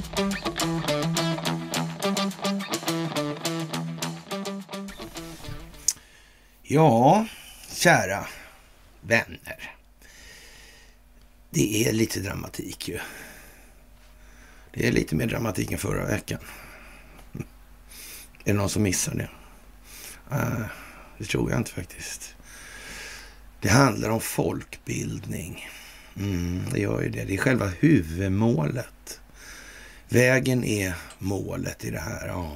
Ja, kära vänner. Det är lite dramatik ju. Det är lite mer dramatik än förra veckan. Är det någon som missar det? Det tror jag inte faktiskt. Det handlar om folkbildning. Det gör ju det. Det är själva huvudmålet. Vägen är målet i det här. Ja.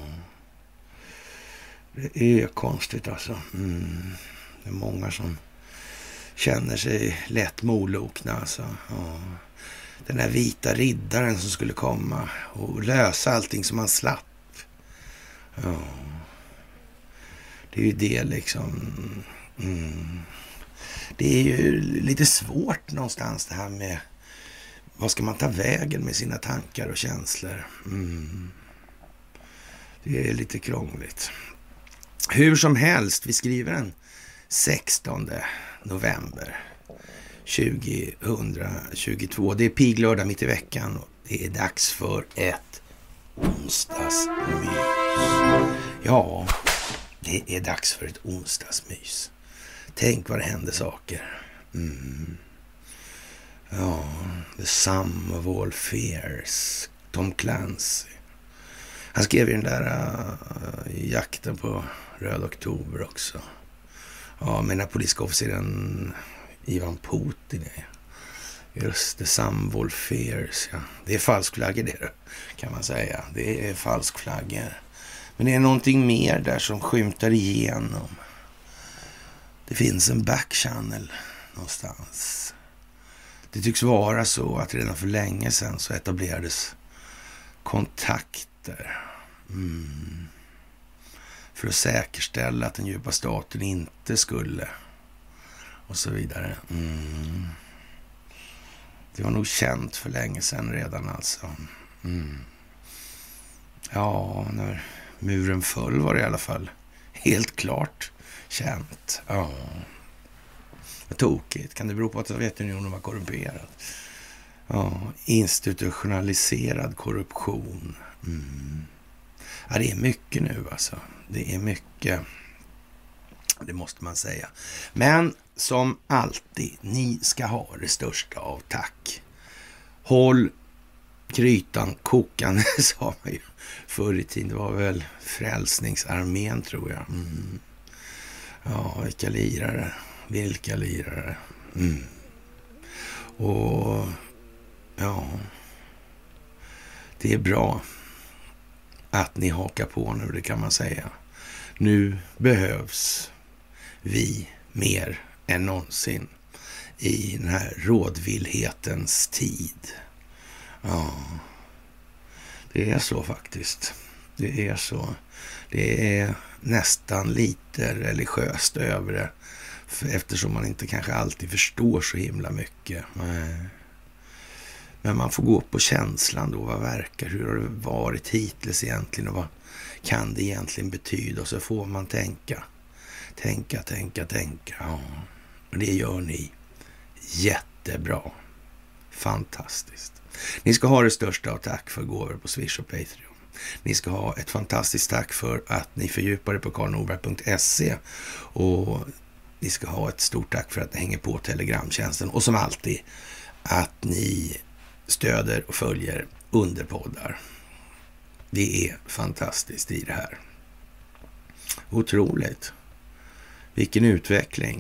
Det är konstigt alltså. Det är många som känner sig lätt molokna alltså. Ja. Den här vita riddaren som skulle komma och lösa allting som man slapp. Ja. Det är ju det liksom. Det är ju lite svårt någonstans det här med vad ska man ta vägen med sina tankar och känslor. Det är lite krångligt. Hur som helst, vi skriver den 16 november 2022. Det är piglördag mitt i veckan och det är dags för ett onsdagsmys. Ja, det är dags för ett onsdagsmys. Tänk vad det händer saker. Ja, the sum of all fears. Tom Clancy. Han skrev ju den där jakten på Röd oktober också. Ja, men den politiska officeren Ivan Putin är. Just the sum of all fears. Ja. Det är falskflaggor det kan man säga. Det är falskflaggor. Men det är någonting mer där som skymtar igenom. Det finns en backchannel någonstans. Det tycks vara så att redan för länge sedan så etablerades kontakter. För att säkerställa att den djupa staten inte skulle och så vidare. Det var nog känt för länge sedan redan alltså. Ja, när muren föll var det i alla fall helt klart känt. Ja. Vad tokigt. Kan det bero på att Sovjetunionen var korrumperad? Ja, institutionaliserad korruption. Ja, det är mycket nu alltså. Det är mycket. Det måste man säga. Men som alltid, ni ska ha det största av tack. Håll grytan kokande, sa man ju förr i tiden. Det var väl Frälsningsarmén, tror jag. Ja, vilka lirare. Och ja, det är bra att ni hakar på nu, det kan man säga. Nu behövs vi mer än någonsin i den här rådvillhetens tid. Ja, det är så faktiskt. Det är så. Det är nästan lite religiöst över det. Eftersom man inte kanske alltid förstår så himla mycket. Men man får gå på känslan då. Vad verkar? Hur har det varit hittills egentligen? Och vad kan det egentligen betyda? Och så får man tänka. Ja, och det gör ni jättebra. Fantastiskt. Ni ska ha det största av tack för gåvor på Swish och Patreon. Ni ska ha ett fantastiskt tack för att ni fördjupar er på karlnorberg.se. Och ni ska ha ett stort tack för att ni hänger på Telegramtjänsten. Och som alltid att ni stöder och följer underpoddar. Det är fantastiskt i det här. Otroligt. Vilken utveckling.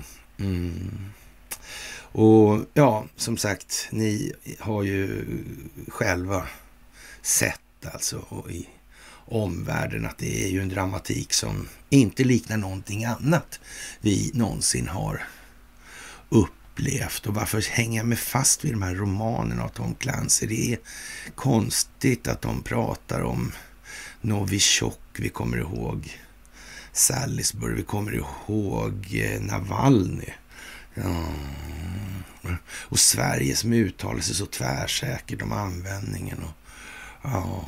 Och ja, som sagt, ni har ju själva sett alltså i omvärlden att det är ju en dramatik som inte liknar någonting annat vi någonsin har upplevt. Och varför hänger jag mig fast vid de här romanerna av Tom Clancy? Det är konstigt att de pratar om Novichok, vi kommer ihåg Salisbury, vi kommer ihåg Navalny. Ja. Och Sverige som uttalar sig så tvärsäkert om användningen. Och, ja.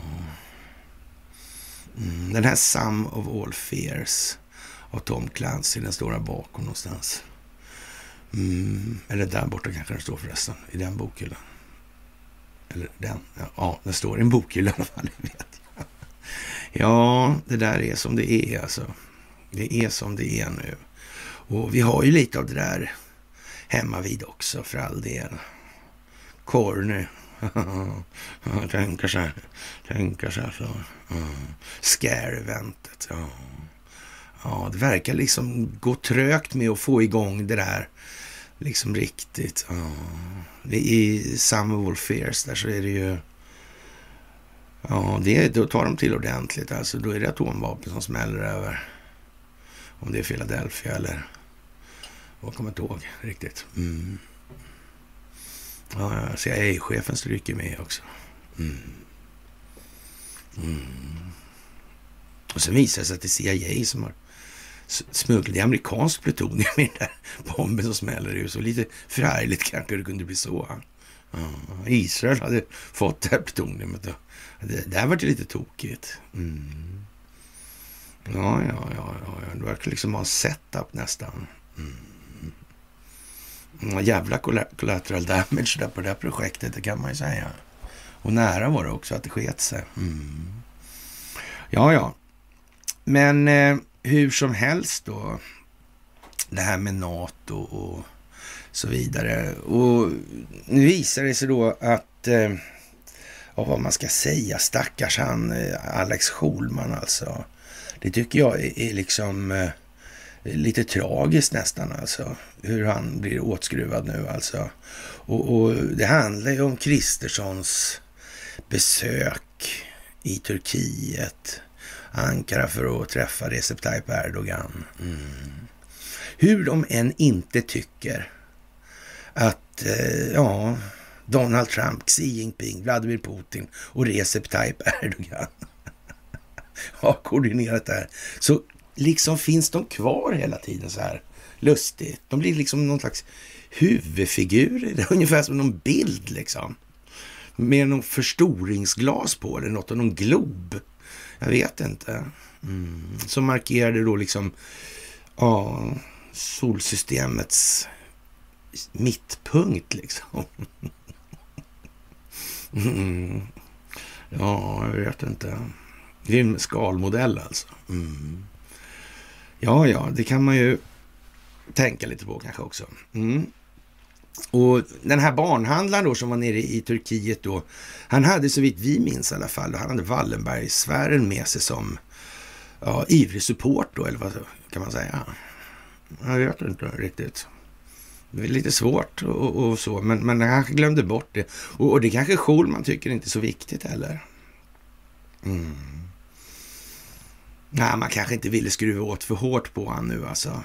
Den här Sum of all fears av Tom Clancy, den står där bakom någonstans. Eller där borta kanske den står förresten, i den bokhyllan. Eller den. Ja, den står i en bokhylla i alla fall, det vet jag. Ja, det där är som det är alltså. Det är som det är nu. Och vi har ju lite av det där hemma vid också, för all del. Corny. Tänka sig så. Scare-eventet. Ja, det verkar liksom gå trögt med att få igång det där. Liksom riktigt. I Summer of All Fears där så är det ju... Ja, då tar de till ordentligt. Alltså, då är det atomvapen som smäller över. Om det är Philadelphia eller... Jag kommer inte ihåg riktigt. Ja, CIA-chefen stryker med också. Och så visar det sig att det är CIA som har smugglat i amerikansk plutonium i den där bomben som smäller ut. Så lite förärligt kanske det kunde bli så. Israel hade fått det här plutoniumet. Det där var det lite tokigt. Ja. Det verkar liksom ha en setup nästan. Jävla collateral damage där på det här projektet, det kan man ju säga. Och nära var det också att det sket sig. Ja. Men hur som helst då, det här med NATO och så vidare. Och nu visar det sig då att, vad man ska säga, stackars han Alex Schulman alltså. Det tycker jag är liksom... lite tragiskt nästan alltså, hur han blir åtskruvad nu alltså. Och det handlar ju om Kristerssons besök i Turkiet, Ankara, för att träffa Recep Tayyip Erdogan. Hur de än inte tycker att Donald Trump, Xi Jinping, Vladimir Putin och Recep Tayyip Erdogan har koordinerat det här, så liksom finns de kvar hela tiden så här lustigt. De blir liksom någon slags huvudfigurer, ungefär som någon bild liksom. Med någon förstoringsglas på eller något, och någon glob. Jag vet inte. Som markerade då liksom solsystemets mittpunkt liksom. Ja, jag vet inte. Det är en skalmodell alltså. Ja, det kan man ju tänka lite på kanske också. Och den här barnhandlaren då som var nere i Turkiet då, han hade så vitt vi minns i alla fall, han hade Wallenbergsfären med sig som ivrig support då, eller vad kan man säga? Jag vet inte riktigt. Det är lite svårt och så, men han kanske glömde bort det. Och det kanske Schulman tycker inte är så viktigt heller. Nej, man kanske inte ville skruva åt för hårt på han nu alltså.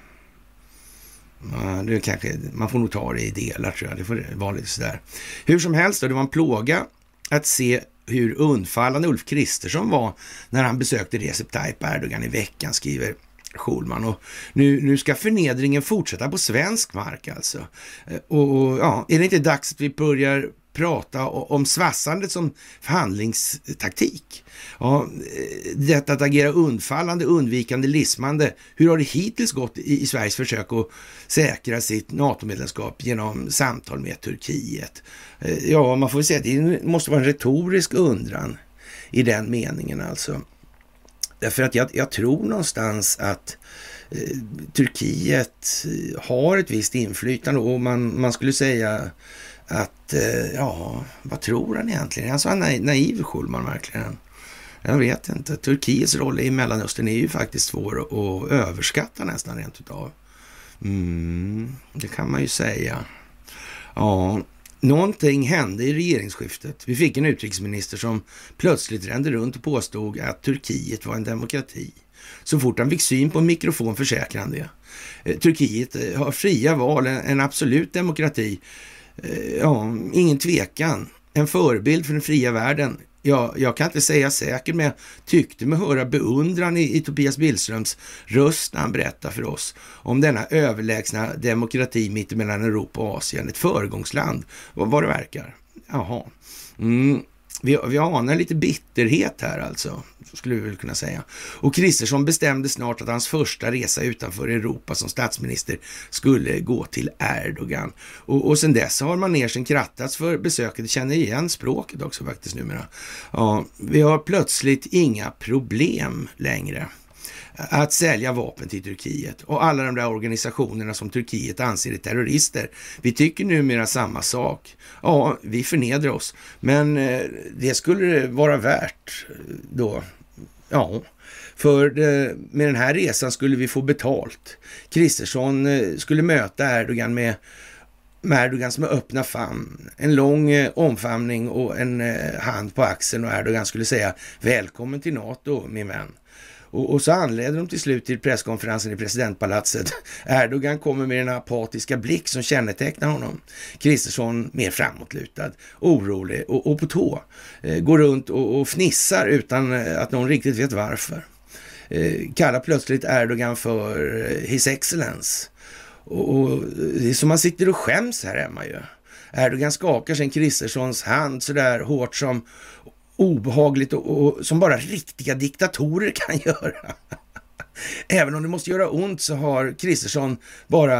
Det kanske, man får nog ta det i delar tror jag. Det får vara lite sådär. Hur som helst då, det var en plåga att se hur undfallande Ulf Kristersson var när han besökte Recep Tayyip Erdogan i veckan, skriver Schulman. Och nu ska förnedringen fortsätta på svensk mark alltså. Och är det inte dags att vi börjar prata om svassandet som förhandlingstaktik? Ja, detta att agera undfallande, undvikande, lismande. Hur har det hittills gått i Sveriges försök att säkra sitt NATO-medlemskap genom samtal med Turkiet? Ja, man får säga att det måste vara en retorisk undran i den meningen alltså. Därför att jag tror någonstans att Turkiet har ett visst inflytande, och man skulle säga att, vad tror han egentligen? Han sa naiv Schulman verkligen. Jag vet inte. Turkiets roll i Mellanöstern är ju faktiskt svår att överskatta nästan rent utav. Det kan man ju säga. Ja, någonting hände i regeringsskiftet. Vi fick en utrikesminister som plötsligt rände runt och påstod att Turkiet var en demokrati. Så fort han fick syn på en mikrofon försäkrade han det. Turkiet har fria val, en absolut demokrati. Ingen tvekan. En förebild för den fria världen. Jag kan inte säga säkert, men jag tyckte mig höra beundran i Tobias Billströms röst när han berättar för oss om denna överlägsna demokrati mitt mellan Europa och Asien. Ett föregångsland, vad det verkar. Jaha. vi anar lite bitterhet här alltså, skulle vi väl kunna säga. Och Kristersson bestämde snart att hans första resa utanför Europa som statsminister skulle gå till Erdogan. Och sen dess har man ner sin krattats för besöket. Det känner igen språket också faktiskt numera. Ja, vi har plötsligt inga problem längre att sälja vapen till Turkiet och alla de där organisationerna som Turkiet anser är terrorister. Vi tycker numera samma sak. Ja, vi förnedrar oss. Men det skulle det vara värt då. Ja, för med den här resan skulle vi få betalt. Kristersson skulle möta Erdogan med Erdogans med öppna famn. En lång omfamning och en hand på axeln, och Erdogan skulle säga välkommen till NATO, min vän. Och så anledde de till slut till presskonferensen i presidentpalatset. Erdogan kommer med den apatiska blick som kännetecknar honom. Kristersson mer framåtlutad, orolig och på tå. Går runt och fnissar utan att någon riktigt vet varför. Kallar plötsligt Erdogan för His Excellence. Och det är som man sitter och skäms här hemma ju. Erdogan skakar sen Kristerssons hand så där hårt som obehagligt och som bara riktiga diktatorer kan göra. Även om det måste göra ont så har Kristersson bara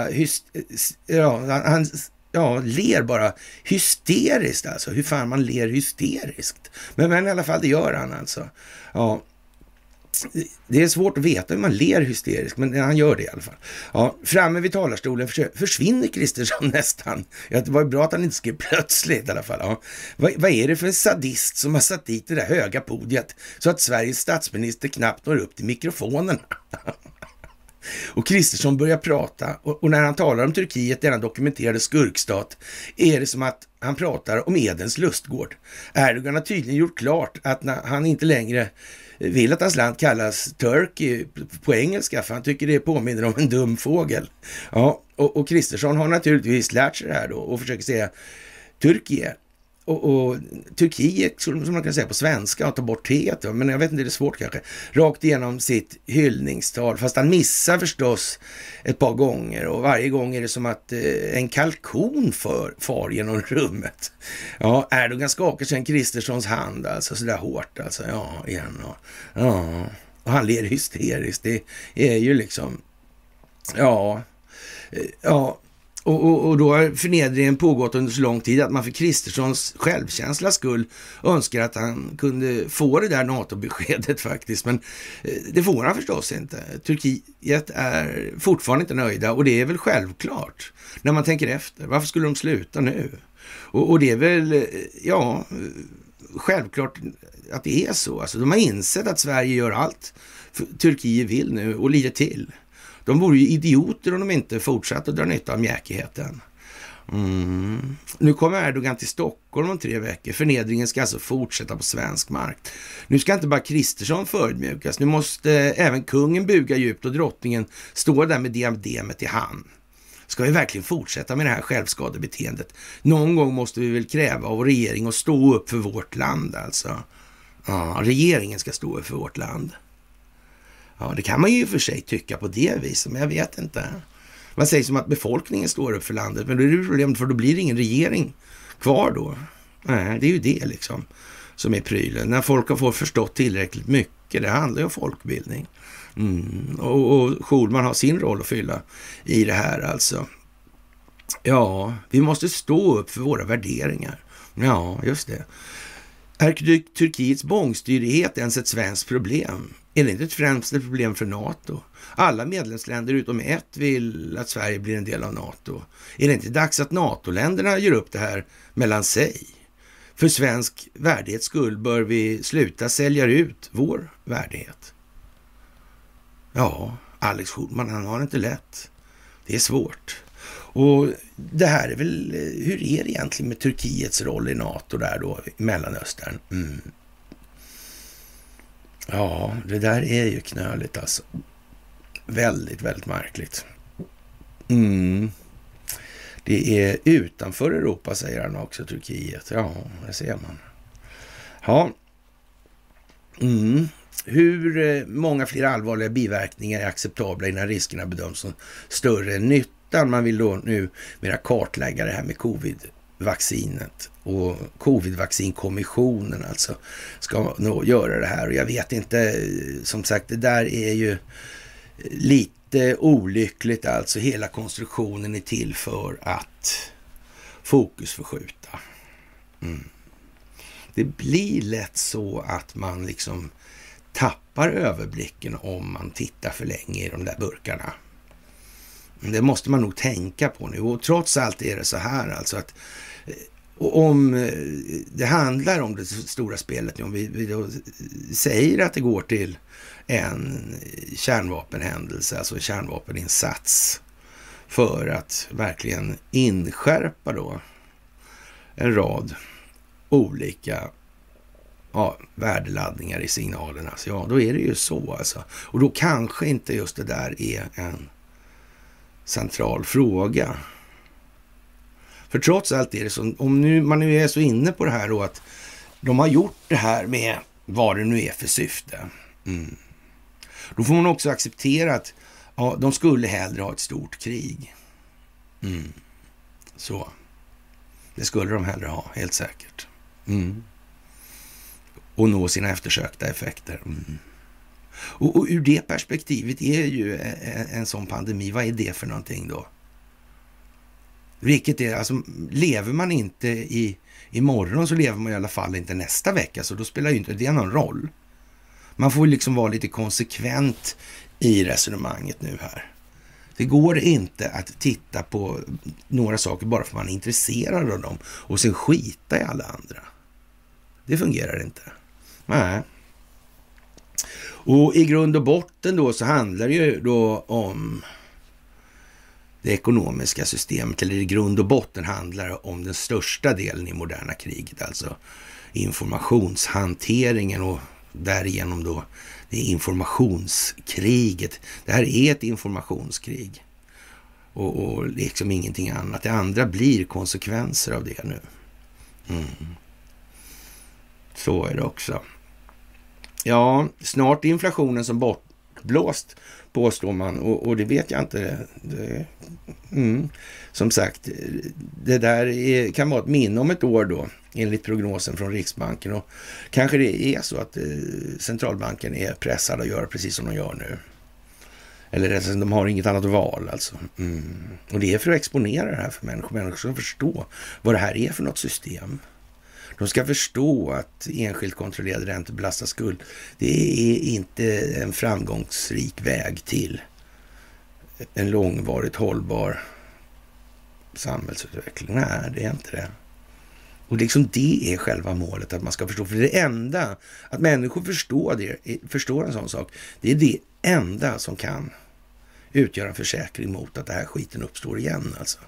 han ler bara hysteriskt alltså. Hur fan man ler hysteriskt. Men i alla fall det gör han alltså. Ja. Det är svårt att veta hur man ler hysteriskt, men han gör det i alla fall. Ja, framme vid talarstolen försvinner Kristersson nästan. Ja, det var ju bra att han inte skrev plötsligt i alla fall. Ja. Vad är det för en sadist som har satt dit det där höga podiet så att Sveriges statsminister knappt når upp till mikrofonen? Och Kristersson börjar prata, och när han talar om Turkiet, denna dokumenterade skurkstat, är det som att han pratar om Edens lustgård. Erdogan har tydligen gjort klart att när han inte längre vill att hans land kallas Turkey på engelska, för han tycker det påminner om en dum fågel. Ja, och Kristersson har naturligtvis lärt sig det här då och försöker säga Turkiet. Och Turkiet, som man kan säga på svenska, och ta bort teet, men jag vet inte, det är svårt kanske. Rakt igenom sitt hyllningstal, fast han missar förstås ett par gånger, och varje gång är det som att en kalkon far genom rummet. Ja, Erdogan skakar sen Kristerssons hand, alltså sådär hårt, alltså, ja, igen, och han ler hysteriskt, det är ju liksom, ja, Och då har förnedringen pågått under så lång tid att man för Kristerssons självkänslas skull önskar att han kunde få det där NATO-beskedet faktiskt. Men det får han förstås inte. Turkiet är fortfarande inte nöjda, och det är väl självklart när man tänker efter. Varför skulle de sluta nu? Och det är väl, ja, självklart att det är så. Alltså, de har insett att Sverige gör allt Turkiet vill nu och lite till. De vore ju idioter om de inte fortsatte att dra nytta av mjäkigheten. Nu kommer Erdogan till Stockholm om 3 veckor. Förnedringen ska alltså fortsätta på svensk mark. Nu ska inte bara Kristersson förödmjukas. Nu måste även kungen buga djupt och drottningen stå där med diademet i hand. Ska vi verkligen fortsätta med det här självskadebeteendet? Någon gång måste vi väl kräva av regering att stå upp för vårt land alltså. Ja, regeringen ska stå upp för vårt land. Ja, det kan man ju för sig tycka på det viset, men jag vet inte. Man säger som att befolkningen står upp för landet, men då är det problemet, för då blir det ingen regering kvar då. Nej, det är ju det liksom som är prylen. När folk har fått förstått tillräckligt mycket, det handlar ju om folkbildning. Och Schulman har sin roll att fylla i det här alltså. Ja, vi måste stå upp för våra värderingar. Ja, just det. Är Turkiets bångstyrighet ens ett svenskt problem? Är det inte ett främst problem för NATO? Alla medlemsländer utom ett vill att Sverige blir en del av NATO. Är det inte dags att NATO-länderna gör upp det här mellan sig? För svensk värdighets skull bör vi sluta sälja ut vår värdighet. Ja, Alex Schulman, han har inte lätt. Det är svårt. Och det här är väl, hur är det egentligen med Turkiets roll i NATO där då, i Mellanöstern? Ja, det där är ju knöligt alltså. Väldigt, väldigt märkligt. Det är utanför Europa, säger han också, Turkiet. Ja, det ser man. Ja. Hur många fler allvarliga biverkningar är acceptabla innan riskerna bedöms som större än nyttan? Man vill då nu mera kartlägga det här med covid vaccinet och covid-vaccinkommissionen alltså ska nog göra det här. Och jag vet inte, som sagt, det där är ju lite olyckligt alltså. Hela konstruktionen är till för att fokusförskjuta. Det blir lätt så att man liksom tappar överblicken om man tittar för länge i de där burkarna. Det måste man nog tänka på nu. Och trots allt är det så här alltså att om det handlar om det stora spelet, om vi då säger att det går till en kärnvapenhändelse, alltså en kärnvapeninsats, för att verkligen inskärpa då en rad olika värdeladdningar i signalerna. Så ja, då är det ju så alltså. Och då kanske inte just det där är en central fråga. För trots allt är det så, om nu man nu är så inne på det här då, att de har gjort det här med vad det nu är för syfte. Då får man också acceptera att de skulle hellre ha ett stort krig. Så. Det skulle de hellre ha, helt säkert. Och nå sina eftersökta effekter. Och ur det perspektivet är ju en sån pandemi, vad är det för någonting då? Vilket är, alltså lever man inte imorgon så lever man i alla fall inte nästa vecka, så då spelar ju inte det någon roll. Man får liksom vara lite konsekvent i resonemanget nu här. Det går inte att titta på några saker bara för man är intresserad av dem och sen skita i alla andra. Det fungerar inte. Nej. Och i grund och botten då så handlar det ju då om det ekonomiska systemet, eller i grund och botten handlar det om den största delen i moderna kriget, alltså informationshanteringen och därigenom då det är informationskriget. Det här är ett informationskrig och liksom ingenting annat. Det andra blir konsekvenser av det nu. Så är det också. Ja, snart är inflationen som bortblåst, påstår man, och det vet jag inte. Som sagt, det där kan vara ett minne om ett år då, enligt prognosen från Riksbanken, och kanske det är så att centralbanken är pressad att göra precis som de gör nu. Eller de har inget annat val alltså. Och det är för att exponera det här för människor. Människor ska förstå vad det här är för något system. De ska förstå att enskilt kontrollerad räntebelastad skuld, det är inte en framgångsrik väg till en långvarigt hållbar samhällsutveckling. Nej, det är inte det. Och liksom det är själva målet, att man ska förstå. För det enda, att människor förstår en sån sak, det är det enda som kan utgöra en försäkring mot att det här skiten uppstår igen alltså.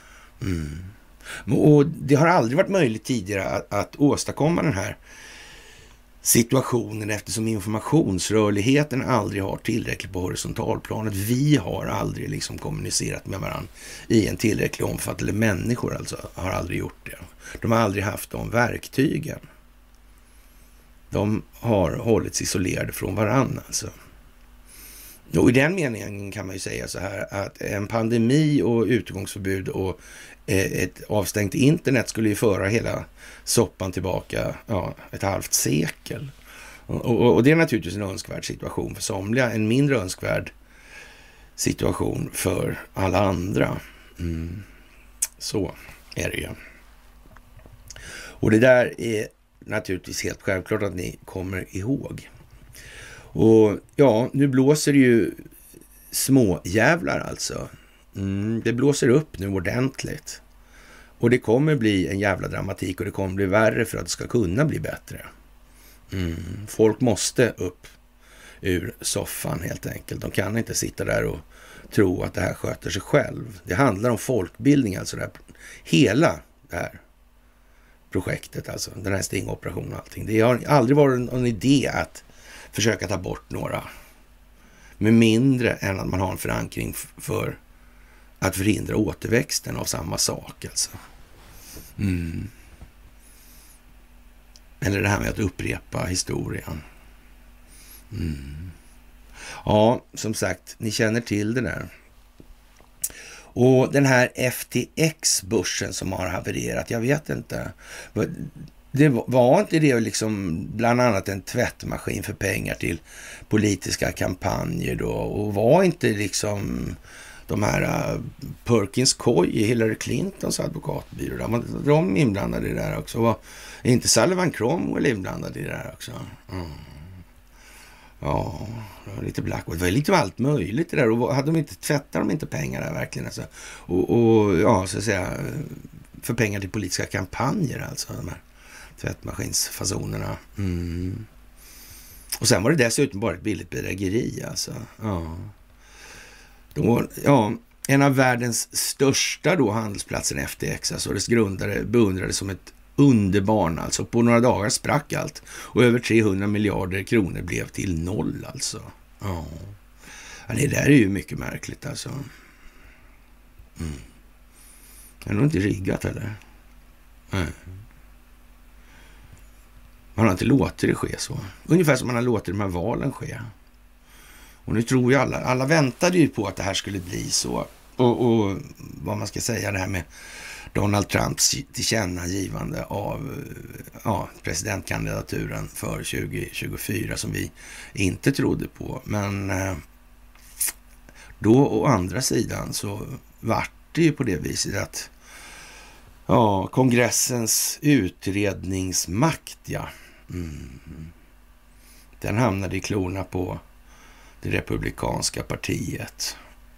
Och det har aldrig varit möjligt tidigare att åstadkomma den här situationen, eftersom informationsrörligheten aldrig har tillräckligt på horisontalplanet. Vi har aldrig liksom kommunicerat med varandra i en tillräcklig omfattning. Eller människor alltså har aldrig gjort det. De har aldrig haft de verktygen. De har hållits isolerade från varandra alltså. Och i den meningen kan man ju säga så här, att en pandemi och utgångsförbud och ett avstängt internet skulle ju föra hela soppan tillbaka ett halvt sekel. Och det är naturligtvis en önskvärd situation för somliga, en mindre önskvärd situation för alla andra. Så är det ju. Och det där är naturligtvis helt självklart att ni kommer ihåg. Och ja, nu blåser det ju små jävlar alltså. Det blåser upp nu ordentligt. Och det kommer bli en jävla dramatik och det kommer bli värre för att det ska kunna bli bättre. Folk måste upp ur soffan helt enkelt. De kan inte sitta där och tro att det här sköter sig själv. Det handlar om folkbildning alltså. Hela det här projektet alltså. Den här stingoperationen och allting. Det har aldrig varit någon idé att försöka ta bort några. Med mindre än att man har en förankring för att förhindra återväxten av samma sak alltså. Eller det här med att upprepa historien. Ja, som sagt, ni känner till det där. Och den här FTX-börsen som har havererat, jag vet inte. Det var inte det liksom bland annat en tvättmaskin för pengar till politiska kampanjer då? Och var inte liksom de här Perkins Coie, Hillary Clintons advokatbyrå, där var de inblandade i det där också? Var inte Sullivan Cromwell inblandad i det där också? Ja, det var lite Blackwood. Det var lite allt möjligt det där. Och hade de inte, tvättat de inte pengar där verkligen? Alltså. Och ja, så att säga, för pengar till politiska kampanjer alltså, de här tvättmaskinsfasonerna. Och sen var det dessutom bara ett billigt bedrägeri alltså. En av världens största då handelsplatser FTX, alltså dess grundare beundrades som ett underbarn alltså. På några dagar sprack allt och över 300 miljarder kronor blev till noll alltså. Ja, det där är ju mycket märkligt alltså. Det är nog inte riggat eller? Nej. Man har inte låtit det ske så. Ungefär som man har låtit de här valen ske. Och nu tror ju alla väntade ju på att det här skulle bli så. Och vad man ska säga, det här med Donald Trumps tillkännagivande av presidentkandidaturen för 2024 som vi inte trodde på. Men då å andra sidan så vart det ju på det viset att kongressens utredningsmakt, den hamnade i klorna på det republikanska partiet.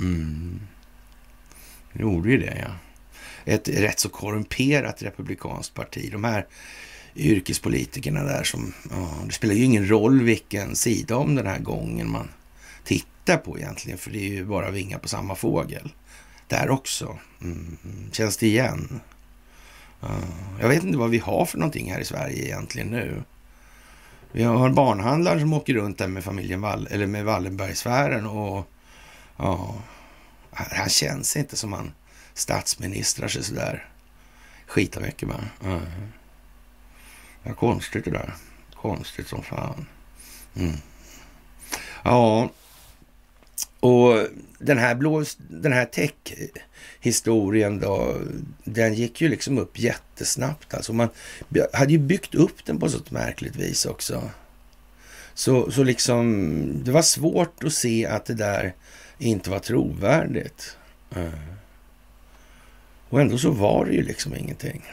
Det gjorde ju det, ja. Ett rätt så korrumperat republikanskt parti. De här yrkespolitikerna där som, det spelar ju ingen roll vilken sida om den här gången man tittar på egentligen, för det är ju bara vingar på samma fågel. Där också. Känns det igen? Jag vet inte vad vi har för någonting här i Sverige egentligen nu. Vi har barnhandlare som åker runt där med familjen med Wallenbergsfären och han känns inte som han statsministrar sig sådär skita mycket med. Ja, konstigt det där. Konstigt som fan. Ja, och den här tech-historien då, den gick ju liksom upp jättesnabbt. Alltså man hade ju byggt upp den på så ett märkligt vis också. Så liksom, det var svårt att se att det där inte var trovärdigt. Och ändå så var det ju liksom ingenting.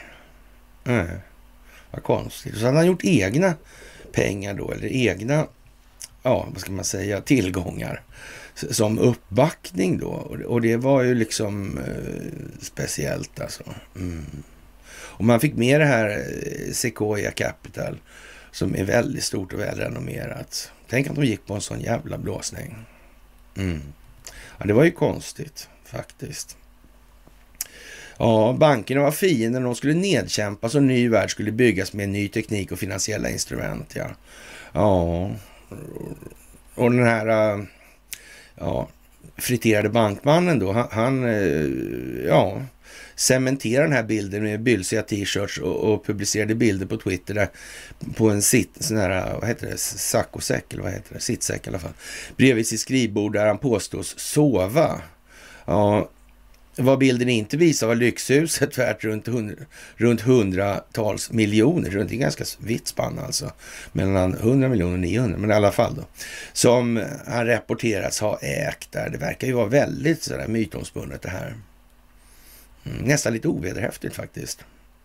Vad konstigt. Så hade han gjort egna pengar då, eller egna, vad ska man säga, tillgångar som uppbackning då. Och det var ju liksom speciellt alltså. Och man fick med det här Sequoia Capital som är väldigt stort och välrenommerat. Tänk att de gick på en sån jävla blåsning. Ja, det var ju konstigt faktiskt. Ja, bankerna var fiender, de skulle nedkämpas och en ny värld skulle byggas med ny teknik och finansiella instrument, Ja, och den här friterade bankmannen då, han cementerade den här bilden med bylsiga t-shirts och publicerade bilder på Twitter där på en sån här, vad heter det, saccosäck eller vad heter det, sittsäck i alla fall, bredvid sitt skrivbord där han påstås sova. Ja, vad bilden inte visar var lyxhuset värt runt hundratals miljoner, runt en ganska vitt spann alltså, mellan 100 miljoner och 900, men i alla fall då, som han rapporterats ha ägt där. Det verkar ju vara väldigt sådär mytomspunnet det här. Nästan lite ovederhäftigt faktiskt.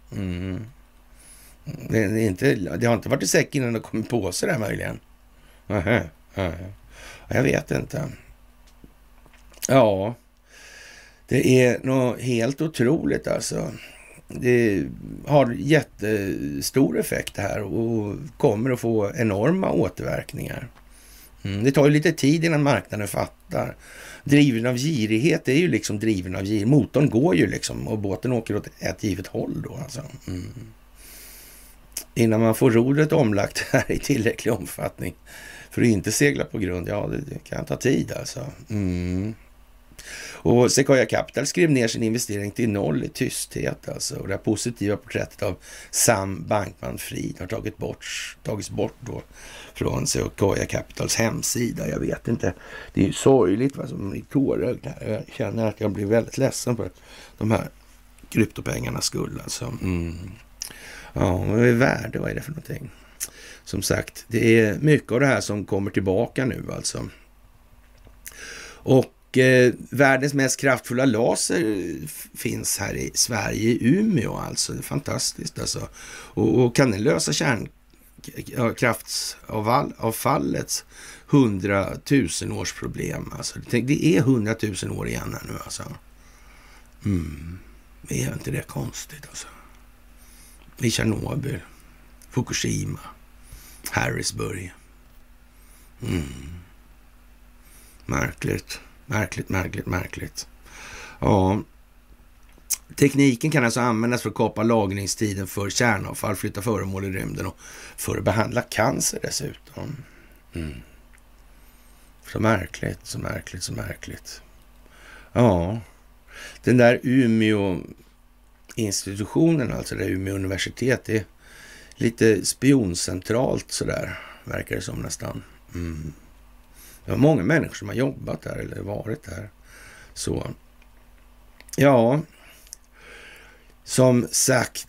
Det har inte varit i säck innan det kommit på sig där möjligen. Jag vet inte. Ja, det är nog helt otroligt alltså. Det har jättestor effekt här och kommer att få enorma återverkningar. Det tar ju lite tid innan marknaden fattar. Driven av girighet är ju liksom driven av girighet. Motorn går ju liksom och båten åker åt ett givet håll då alltså. Innan man får rodret omlagt här i tillräcklig omfattning för att inte segla på grund, det kan ta tid alltså. Och Sequoia Capital skrev ner sin investering till 0 i tysthet alltså. Och det här positiva porträttet av Sam Bankman-Fried har tagits bort då från Sequoia Capitals hemsida. Jag vet inte. Det är ju sorgligt vad som är tårögd här. Jag känner att jag blir väldigt ledsen för de här kryptopengarnas skull alltså. Ja, vad är värde? Vad är det för någonting? Som sagt, det är mycket av det här som kommer tillbaka nu alltså. Och världens mest kraftfulla laser finns här i Sverige, i Umeå alltså. Det är fantastiskt alltså. Och kan den lösa kärnkraftsavfallets 100 000 års problem alltså. Det är 100 000 år igen här nu alltså. Är inte det konstigt alltså? I Tjernobyl, Fukushima, Harrisburg. Märkligt. Ja, tekniken kan alltså användas för att kapa lagringstiden för kärnavfall, flytta föremål i rymden och för att behandla cancer dessutom. Så märkligt. Ja, den där Umeå-institutionen, alltså det Umeå universitet, är lite spioncentralt sådär, verkar det som nästan. Det var många människor som har jobbat där eller varit där. Så, ja, som sagt,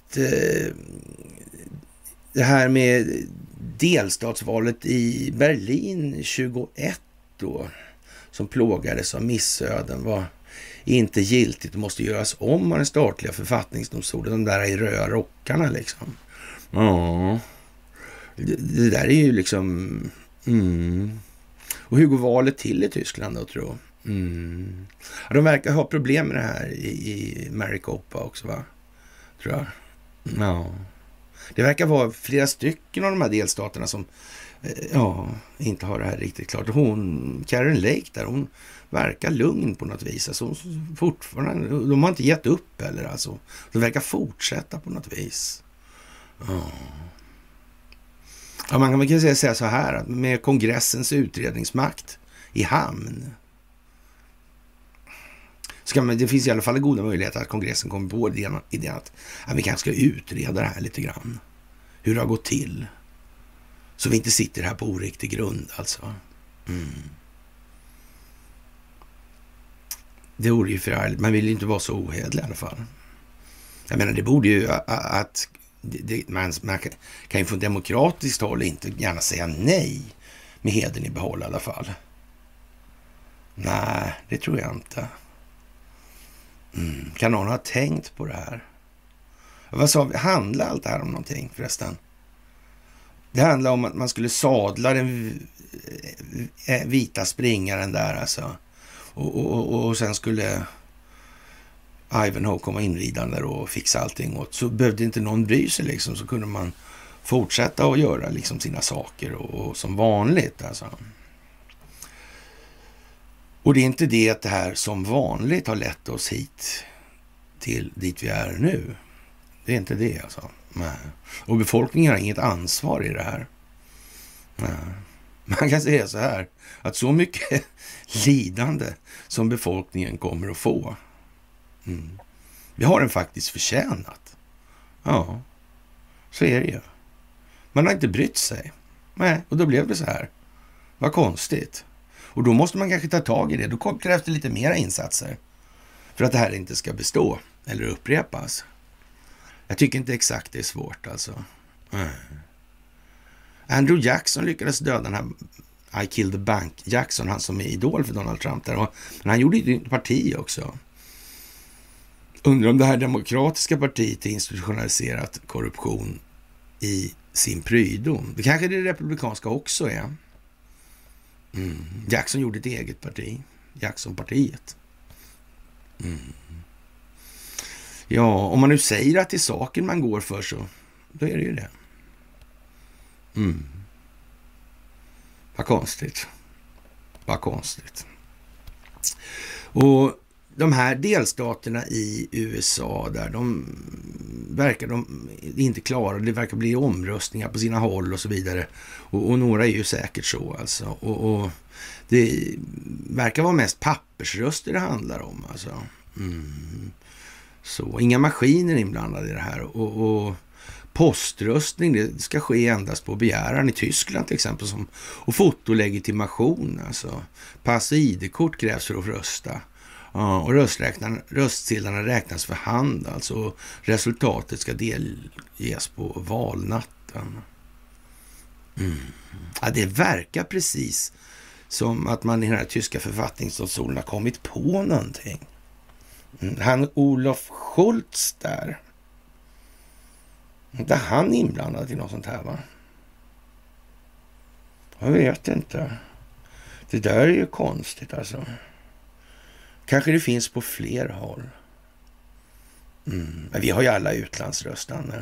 det här med delstatsvalet i Berlin 21 då, som plågades av missöden, var inte giltigt och måste göras om av den statliga författningsdomstolen, de där i röda rockarna liksom. Ja, det där är ju liksom... Och hur går valet till i Tyskland då, tror jag? Ja, de verkar ha problem med det här i Maricopa också, va? Tror jag. Ja. Det verkar vara flera stycken av de här delstaterna som inte har det här riktigt klart. Karen Lake där, hon verkar lugn på något vis. Alltså, fortfarande, de har inte gett upp eller alltså. De verkar fortsätta på något vis. Ja, man kan säga så här, att med kongressens utredningsmakt i hamn det finns i alla fall goda möjligheter att kongressen kommer på idén att vi kanske ska utreda det här lite grann. Hur det har gått till. Så vi inte sitter här på oriktig grund alltså. Det vore ju förargligt. Man vill ju inte vara så ohederlig i alla fall. Jag menar, det borde ju att man kan ju från demokratiskt håll inte gärna säga nej med hedern i behåll i alla fall. Nej, det tror jag inte. Kan någon ha tänkt på det här? Vad sa vi? Handlar allt det här om någonting förresten? Det handlar om att man skulle sadla den vita springaren där alltså. Och sen skulle Ivanhoe komma inridande och fixa allting åt. Så behövde inte någon bry sig liksom. Så kunde man fortsätta att göra liksom sina saker och som vanligt alltså. Och det är inte det att det här som vanligt har lett oss hit till dit vi är nu. Det är inte det alltså. Nej. Och befolkningen har inget ansvar i det här. Nej. Man kan säga så här, att så mycket lidande som befolkningen kommer att få, vi har den faktiskt förtjänat. Ja, så är det ju. Man har inte brytt sig. Nej, och då blev det så här. Vad konstigt. Och då måste man kanske ta tag i det. Då krävs det lite mera insatser för att det här inte ska bestå eller upprepas. Jag tycker inte exakt det är svårt alltså. Andrew Jackson lyckades döda den här I Killed the Bank Jackson, han som är idol för Donald Trump där. Men han gjorde ju ett parti också. Undrar om det här demokratiska partiet är institutionaliserat korruption i sin prydom. Det kanske det republikanska också är. Jackson gjorde ett eget parti. Jacksonpartiet. Ja, om man nu säger att det är saken man går för så då är det ju det. Vad konstigt. Och de här delstaterna i USA där de verkar inte klara, det verkar bli omröstningar på sina håll och så vidare. Och några är ju säkert så alltså. Och det verkar vara mest pappersröster det handlar om alltså. Så inga maskiner inblandade i det här. Och poströstning, det ska ske endast på begäran i Tyskland till exempel. Och fotolegitimation alltså. Pass och ID-kort krävs för att rösta. Ja, och röstsedlarna räknas för hand alltså. Och resultatet ska delges på valnatten. Ja, det verkar precis som att man i den här tyska författningsdomstolen har kommit på någonting. Han Olof Scholz där. Inte han inblandad i något sånt här va? Jag vet inte. Det där är ju konstigt alltså. Kanske det finns på fler håll. Men vi har ju alla utlandsröstande.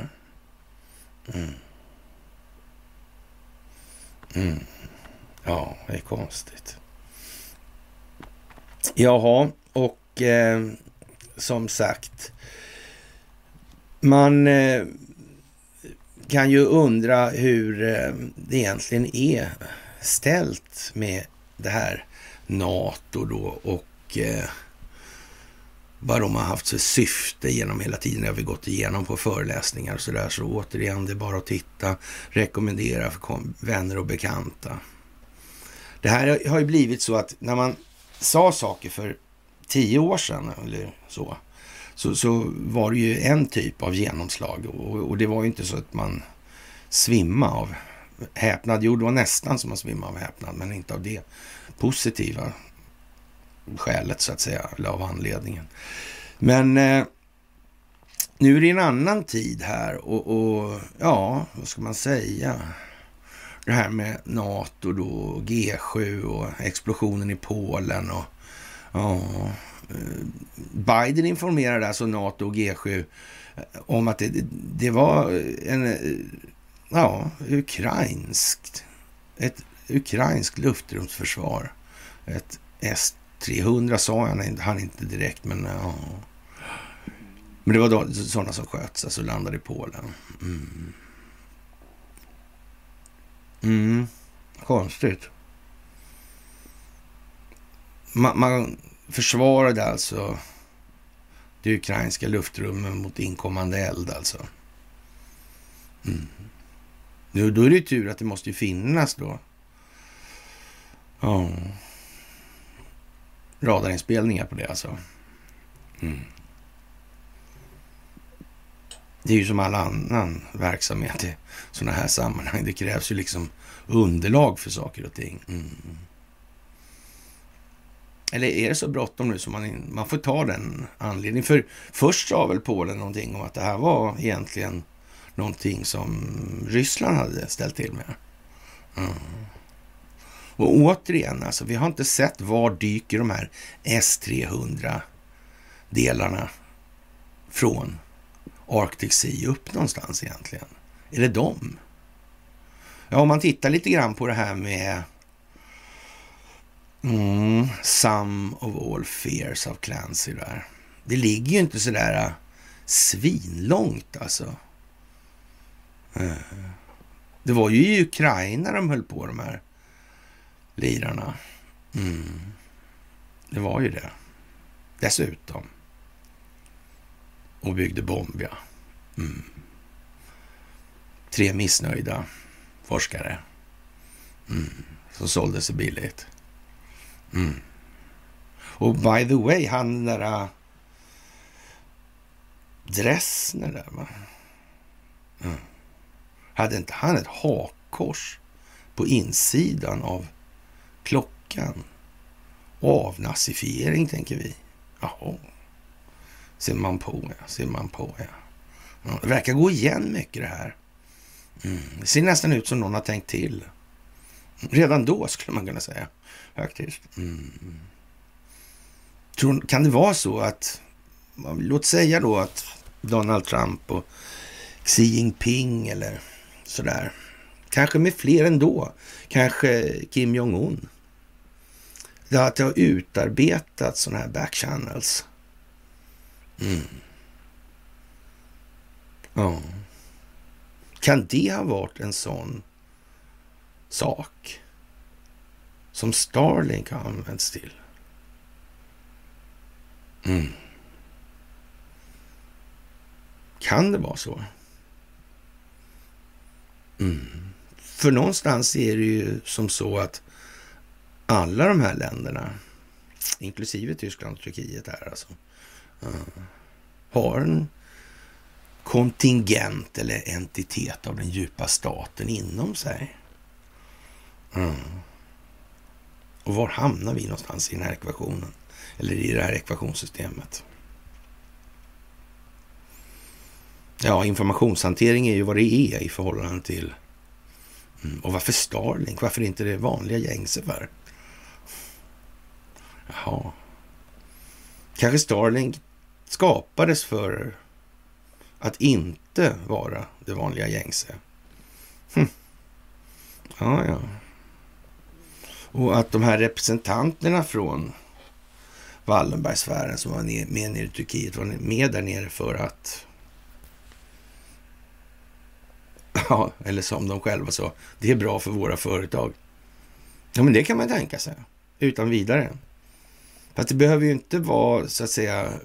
Ja, det är konstigt. Jaha, och som sagt, man kan ju undra hur det egentligen är ställt med det här NATO då och vad de har haft för syfte genom hela tiden. Det har vi gått igenom på föreläsningar och sådär. Så återigen, det är bara att titta, rekommendera för vänner och bekanta. Det här har ju blivit så att när man sa saker för 10 år sedan eller så var det ju en typ av genomslag och det var ju inte så att man svimmade av häpnad. Jo, det var nästan som man svimmade av häpnad, men inte av det positiva skälet så att säga, eller av anledningen. Men nu är det en annan tid här och ja, vad ska man säga? Det här med NATO då, G7 och explosionen i Polen och ja, Biden informerade alltså NATO och G7 om att det var ett ukrainskt luftrumsförsvar. Ett S-300 sa han inte direkt, men ja. Men det var då sådana som sköts, alltså landade i Polen. Konstigt. Man försvarade alltså det ukrainska luftrummet mot inkommande eld alltså. Då är det ju tur att det måste ju finnas då. Ja. Radarinspelningar på det alltså. Det är ju som all annan verksamhet i sådana här sammanhang. Det krävs ju liksom underlag för saker och ting. Eller är det så bråttom nu som man får ta den anledningen? För först sa väl Polen någonting om att det här var egentligen någonting som Ryssland hade ställt till med. Och återigen, alltså, vi har inte sett var dyker de här S-300-delarna från Arctic Sea upp någonstans egentligen. Är det dem? Ja, om man tittar lite grann på det här med Sum of all fears of Clancy där. Det ligger ju inte sådär svinlångt alltså. Det var ju i Ukraina de höll på de här lirarna. Det var ju det. Dessutom. Och byggde bomb, ja. 3 missnöjda forskare. Som sålde sig billigt. Och by the way, han där Dressner där, va? Hade inte han ett hakkors på insidan av klockan? Avnazifiering, tänker vi. Jaha. Ser man på, ja. Det verkar gå igen mycket det här. Det ser nästan ut som någon har tänkt till. Redan då skulle man kunna säga. Faktiskt. Kan det vara så att, låt säga då att Donald Trump och Xi Jinping eller sådär, kanske med fler ändå, kanske Kim Jong-un, att det har utarbetat sådana här backchannels. Ja. Kan det ha varit en sån sak som Starlink har använts till? Kan det vara så? För någonstans är det ju som så att alla de här länderna, inklusive Tyskland och Turkiet här alltså, har en kontingent eller entitet av den djupa staten inom sig. Och var hamnar vi någonstans i den här ekvationen? Eller i det här ekvationssystemet? Ja, informationshantering är ju vad det är i förhållande till. Och varför Starlink? Varför inte det vanliga gängse för? Jaha. Kanske Starlink skapades för att inte vara det vanliga gängse. Ja. Och att de här representanterna från Wallenbergsfären som var med nere i Turkiet var med där nere för att, ja, eller som de själva sa, det är bra för våra företag. Ja, men det kan man tänka sig utan vidare. Fast det behöver ju inte vara så att säga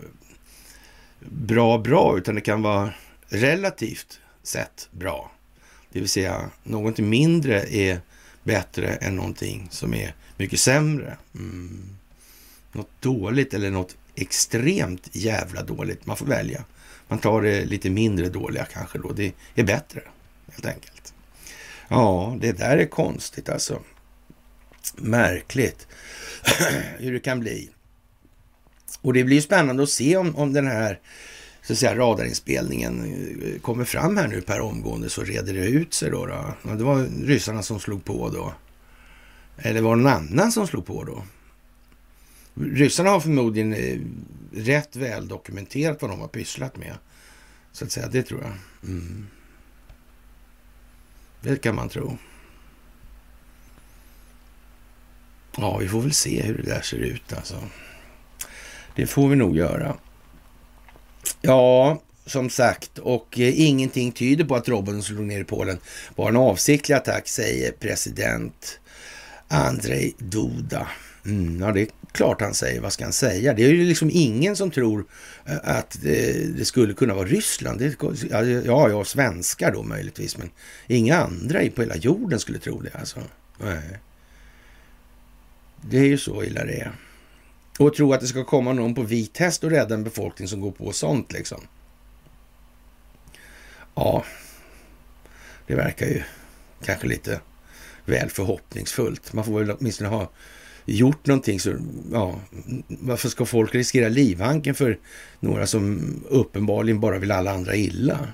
bra, utan det kan vara relativt sett bra. Det vill säga någonting mindre är bättre än någonting som är mycket sämre. Något dåligt eller något extremt jävla dåligt. Man får välja. Man tar det lite mindre dåliga kanske då. Det är bättre helt enkelt. Ja, det där är konstigt alltså. Märkligt hur det kan bli. Och det blir spännande att se om den här så att säga radarinspelningen kommer fram här nu per omgående, så reder det ut sig då. Ja, det var ryssarna som slog på då. Eller var det någon annan som slog på då? Ryssarna har förmodligen rätt väl dokumenterat vad de har pysslat med. Så att säga, det tror jag. Det kan man tro. Ja, vi får väl se hur det där ser ut alltså. Det får vi nog göra. Ja, som sagt, och ingenting tyder på att roboten slog ner i Polen var en avsiktlig attack, säger president Andrzej Duda. Ja, det är klart han säger. Vad ska han säga? Det är ju liksom ingen som tror att det skulle kunna vara Ryssland. Ja, svenskar då möjligtvis, men inga andra på hela jorden skulle tro det alltså. Nej. Det är ju så illa det är. Och tro att det ska komma någon på vit häst och rädda en befolkning som går på sånt liksom. Ja, det verkar ju kanske lite väl förhoppningsfullt. Man får väl åtminstone ha gjort någonting så, ja, varför ska folk riskera livhanken för några som uppenbarligen bara vill alla andra illa?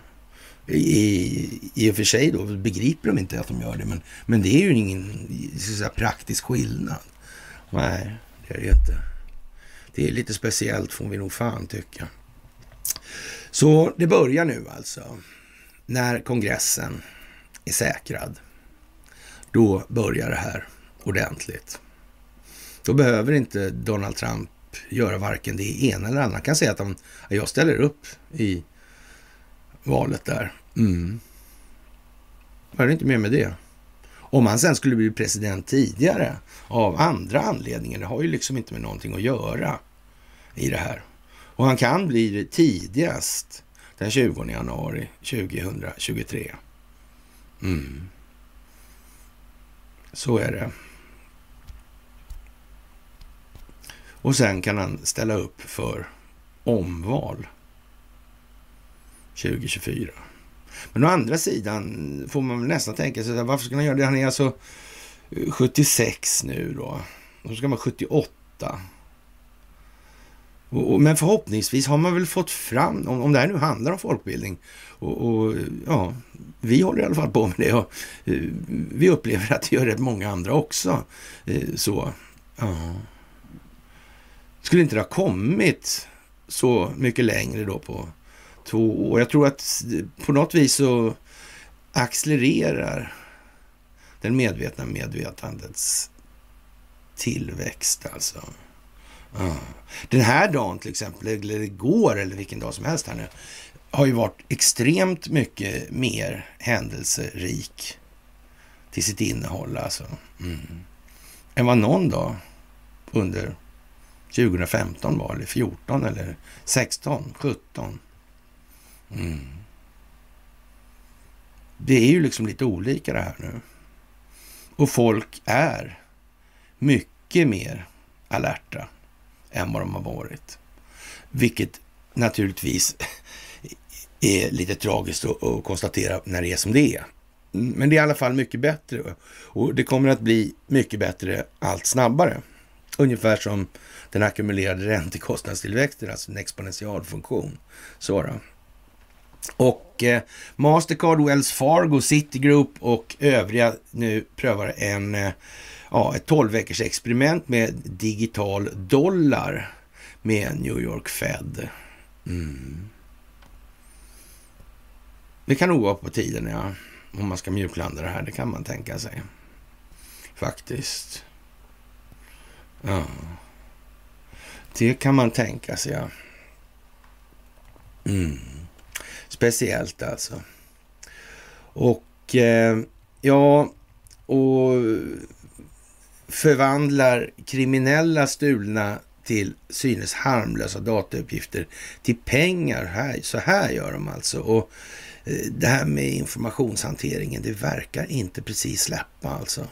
I och för sig då begriper de inte att de gör det, men det är ju ingen så att säga, praktisk skillnad. Nej, det är det ju inte. Det är lite speciellt får vi nog fan tycka. Så det börjar nu alltså. När kongressen är säkrad. Då börjar det här ordentligt. Då behöver inte Donald Trump göra varken det ena eller andra. Han kan säga att jag ställer upp i valet där. Var det inte mer med det? Om han sen skulle bli president tidigare av andra anledningar, det har ju liksom inte med någonting att göra i det här. Och han kan bli det tidigast den 20 januari 2023. Så är det. Och sen kan han ställa upp för omval 2024. Men å andra sidan får man nästan tänka sig, varför ska han göra det? Han är alltså 76 nu då. Och så ska man 78. Men förhoppningsvis har man väl fått fram, om det här nu handlar om folkbildning, och ja, vi håller i alla fall på med det, och vi upplever att det gör rätt många andra också. Så, ja. Skulle inte det ha kommit så mycket längre då på 2 år? Jag tror att på något vis så accelererar den medvetandets tillväxt alltså. Ja. Den här dagen till exempel, eller igår eller vilken dag som helst här nu, har ju varit extremt mycket mer händelserik till sitt innehåll alltså. Än vad någon dag under 2015 var, eller 14 eller 16, 17. Det är ju liksom lite olika det här nu. Och folk är mycket mer alerta än vad de har varit. Vilket naturligtvis är lite tragiskt att konstatera när det är som det är. Men det är i alla fall mycket bättre. Och det kommer att bli mycket bättre allt snabbare. Ungefär som den ackumulerade räntekostnadstillväxten, alltså en exponentialfunktion. Så då. Och Mastercard, Wells Fargo, Citigroup och övriga nu prövar ett 12 veckors experiment med digital dollar med New York Fed. Det kan nog vara på tiden, ja. Om man ska mjuklanda det här, det kan man tänka sig. Faktiskt. Ja. Det kan man tänka sig, ja. Speciellt alltså. Och och förvandlar kriminella stulna till synes harmlösa datauppgifter till pengar. Så här gör de alltså. Och det här med informationshanteringen, det verkar inte precis släppa alltså.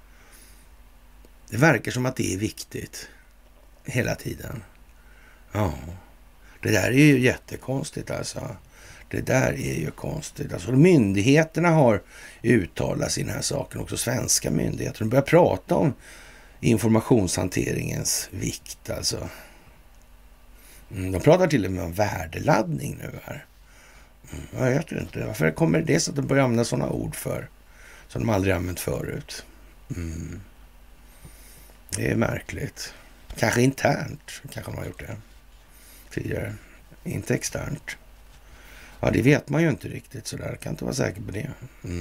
Det verkar som att det är viktigt hela tiden. Ja, det där är ju jättekonstigt alltså. Det där är ju konstigt. Alltså, myndigheterna har uttalat sig i den här saken, också svenska myndigheter. De börjar prata om informationshanteringens vikt alltså. De pratar till och med om värdeladdning nu här. Jag vet inte. Varför kommer det så att de börjar använda sådana ord för som de aldrig använt förut? Det är märkligt. Kanske internt kanske de har gjort det tidigare. Inte externt. Ja, det vet man ju inte riktigt sådär. Jag kan inte vara säker på det.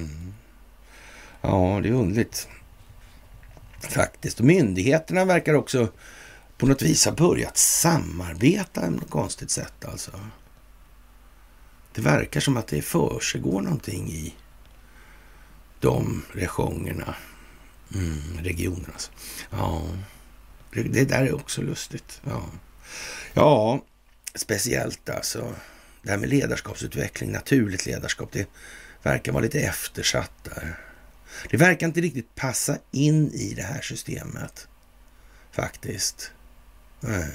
Ja, det är underligt. Faktiskt. Och myndigheterna verkar också på något vis ha börjat samarbeta på något konstigt sätt alltså. Det verkar som att det försiggår någonting i de regionerna. Regionerna alltså. Ja, det där är också lustigt. Ja, speciellt alltså. Det här med ledarskapsutveckling, naturligt ledarskap, det verkar vara lite eftersatt där. Det verkar inte riktigt passa in i det här systemet. Faktiskt. Nej.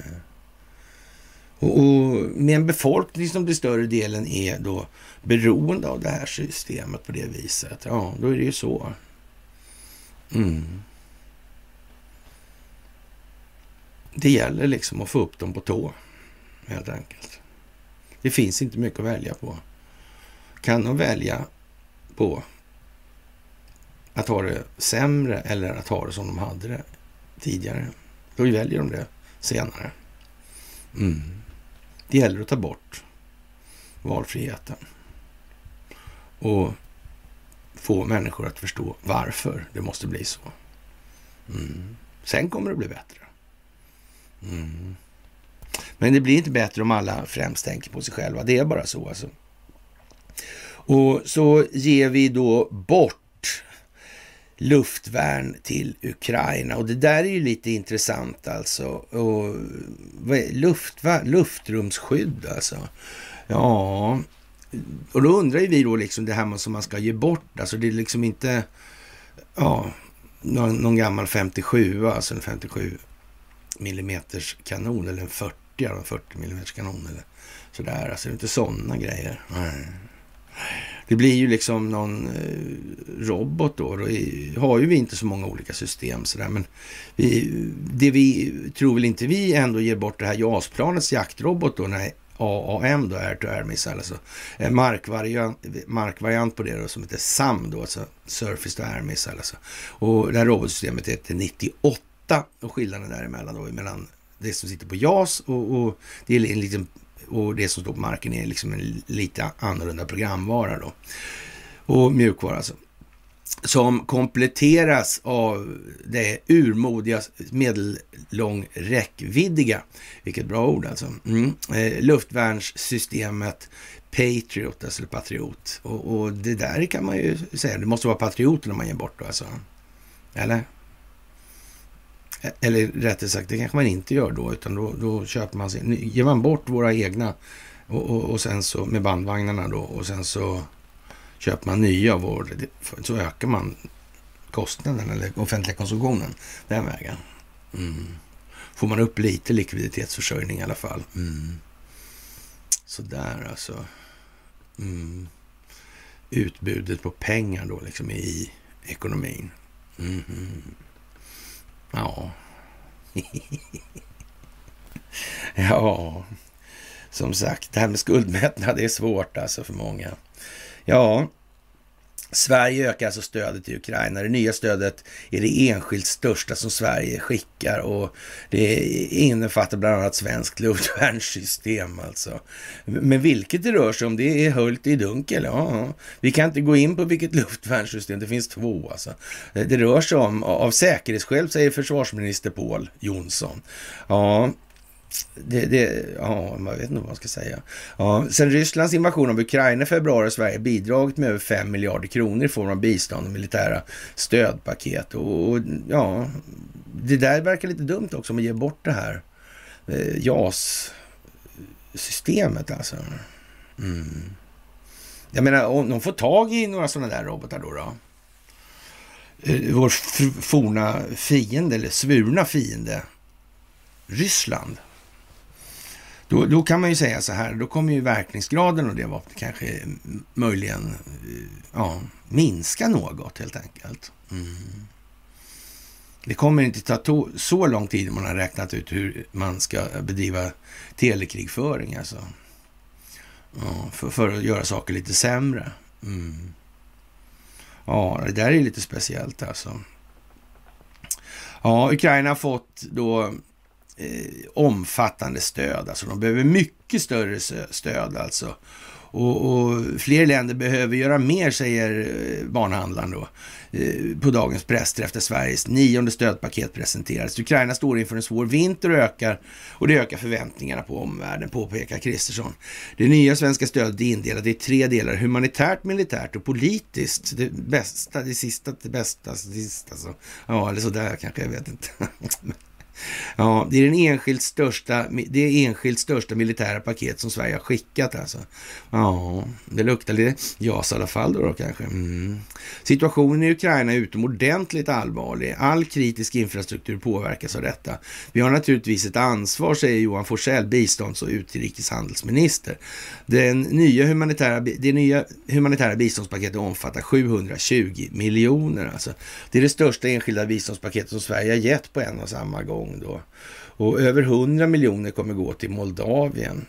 Och med en befolkning som till större delen är då beroende av det här systemet på det viset. Ja, då är det ju så. Det gäller liksom att få upp dem på tå, helt enkelt. Det finns inte mycket att välja på. Kan de välja på att ha det sämre eller att ha det som de hade det tidigare, då väljer de det senare. Det gäller att ta bort valfriheten och få människor att förstå varför det måste bli så. Sen kommer det bli bättre. Men det blir inte bättre om alla främst tänker på sig själva. Det är bara så alltså. Och så ger vi då bort luftvärn till Ukraina. Och det där är ju lite intressant alltså. Och luftrumsskydd alltså. Ja. Och då undrar ju vi då liksom det här som man ska ge bort. Alltså det är liksom inte någon gammal 57, alltså en 57 millimeters kanon eller en 40 millimeters kanon eller sådär. Alltså det är inte sådana grejer. Nej. Det blir ju liksom någon robot då. Då har ju vi inte så många olika system sådär, men vi tror väl inte vi ändå ger bort det här JAS-planets jaktrobot då, när AAM då, Air to Air Missile, alltså en markvariant på det då, som heter SAM då, alltså Surface to Air Missile alltså. Och det här robotsystemet heter 98, och skillnaden däremellan då, mellan det som sitter på JAS och det är en liten, och det som står på marken är liksom en lite annorlunda programvara då. Och mjukvara alltså. som kompletteras av det urmodiga medellång räckviddiga, vilket bra ord alltså, luftvärnssystemet Patriot, alltså Patriot. Och det där kan man ju säga, det måste vara Patriot när man ger bort då alltså. Eller rättare sagt, det kanske man inte gör då, utan då köper man ger man bort våra egna och sen så med bandvagnarna då, och sen så köper man nya av så ökar man kostnaden eller offentliga konsumtionen den vägen. Får man upp lite likviditetsförsörjning i alla fall. Så där alltså. Utbudet på pengar då liksom i ekonomin. Ja. Ja, som sagt, det här med skuldmättnad är svårt alltså för många. Ja, Sverige ökar alltså stödet till Ukraina. Det nya stödet är det enskilt största som Sverige skickar och det innefattar bland annat svenskt luftvärnssystem alltså. Men vilket det rör sig om, det är höljt i dunkel. Ja, vi kan inte gå in på vilket luftvärnssystem, det finns 2 alltså. Det rör sig om, av säkerhetsskäl säger försvarsminister Pål Jonsson. Ja, man vet inte vad man ska säga. Ja, sen Rysslands invasion av Ukraina i februari har Sverige bidragit med över 5 miljarder kronor i form av bistånd och militära stödpaket. Och ja, det där verkar lite dumt också om att ge bort det här JAS-systemet alltså. Jag menar, om de får tag i några sådana där robotar då. Vår forna fiende, eller svurna fiende, Ryssland. Då kan man ju säga så här, då kommer ju verkningsgraden av det vapnet kanske möjligen minska något helt enkelt. Det kommer inte ta så lång tid om man har räknat ut hur man ska bedriva telekrigföring alltså. För att göra saker lite sämre. Ja, det där är lite speciellt alltså. Ja, Ukraina har fått då omfattande stöd. Alltså de behöver mycket större stöd alltså. Och fler länder behöver göra mer, säger barnhandlaren då på dagens pressträff efter Sveriges 9:e stödpaket presenterades. Ukraina står inför en svår vinter och det ökar förväntningarna på omvärlden, påpekar Kristersson. Det nya svenska stödet är indelat i 3 delar: humanitärt, militärt och politiskt. Det bästa, det sista, det bästa, det sista. Alltså. Ja, eller så där kanske, jag vet inte. Ja, det är det enskilt största militära paket som Sverige har skickat alltså. Ja, det luktar lite JAS i alla fall då kanske. Situationen i Ukraina är utomordentligt allvarlig. All kritisk infrastruktur påverkas av detta. Vi har naturligtvis ett ansvar, säger Johan Forssell, bistånds- och utrikeshandelsminister. Det nya humanitära biståndspaketet omfattar 720 miljoner alltså. Det är det största enskilda biståndspaketet som Sverige har gett på en och samma gång då. Och över 100 miljoner kommer gå till Moldavien.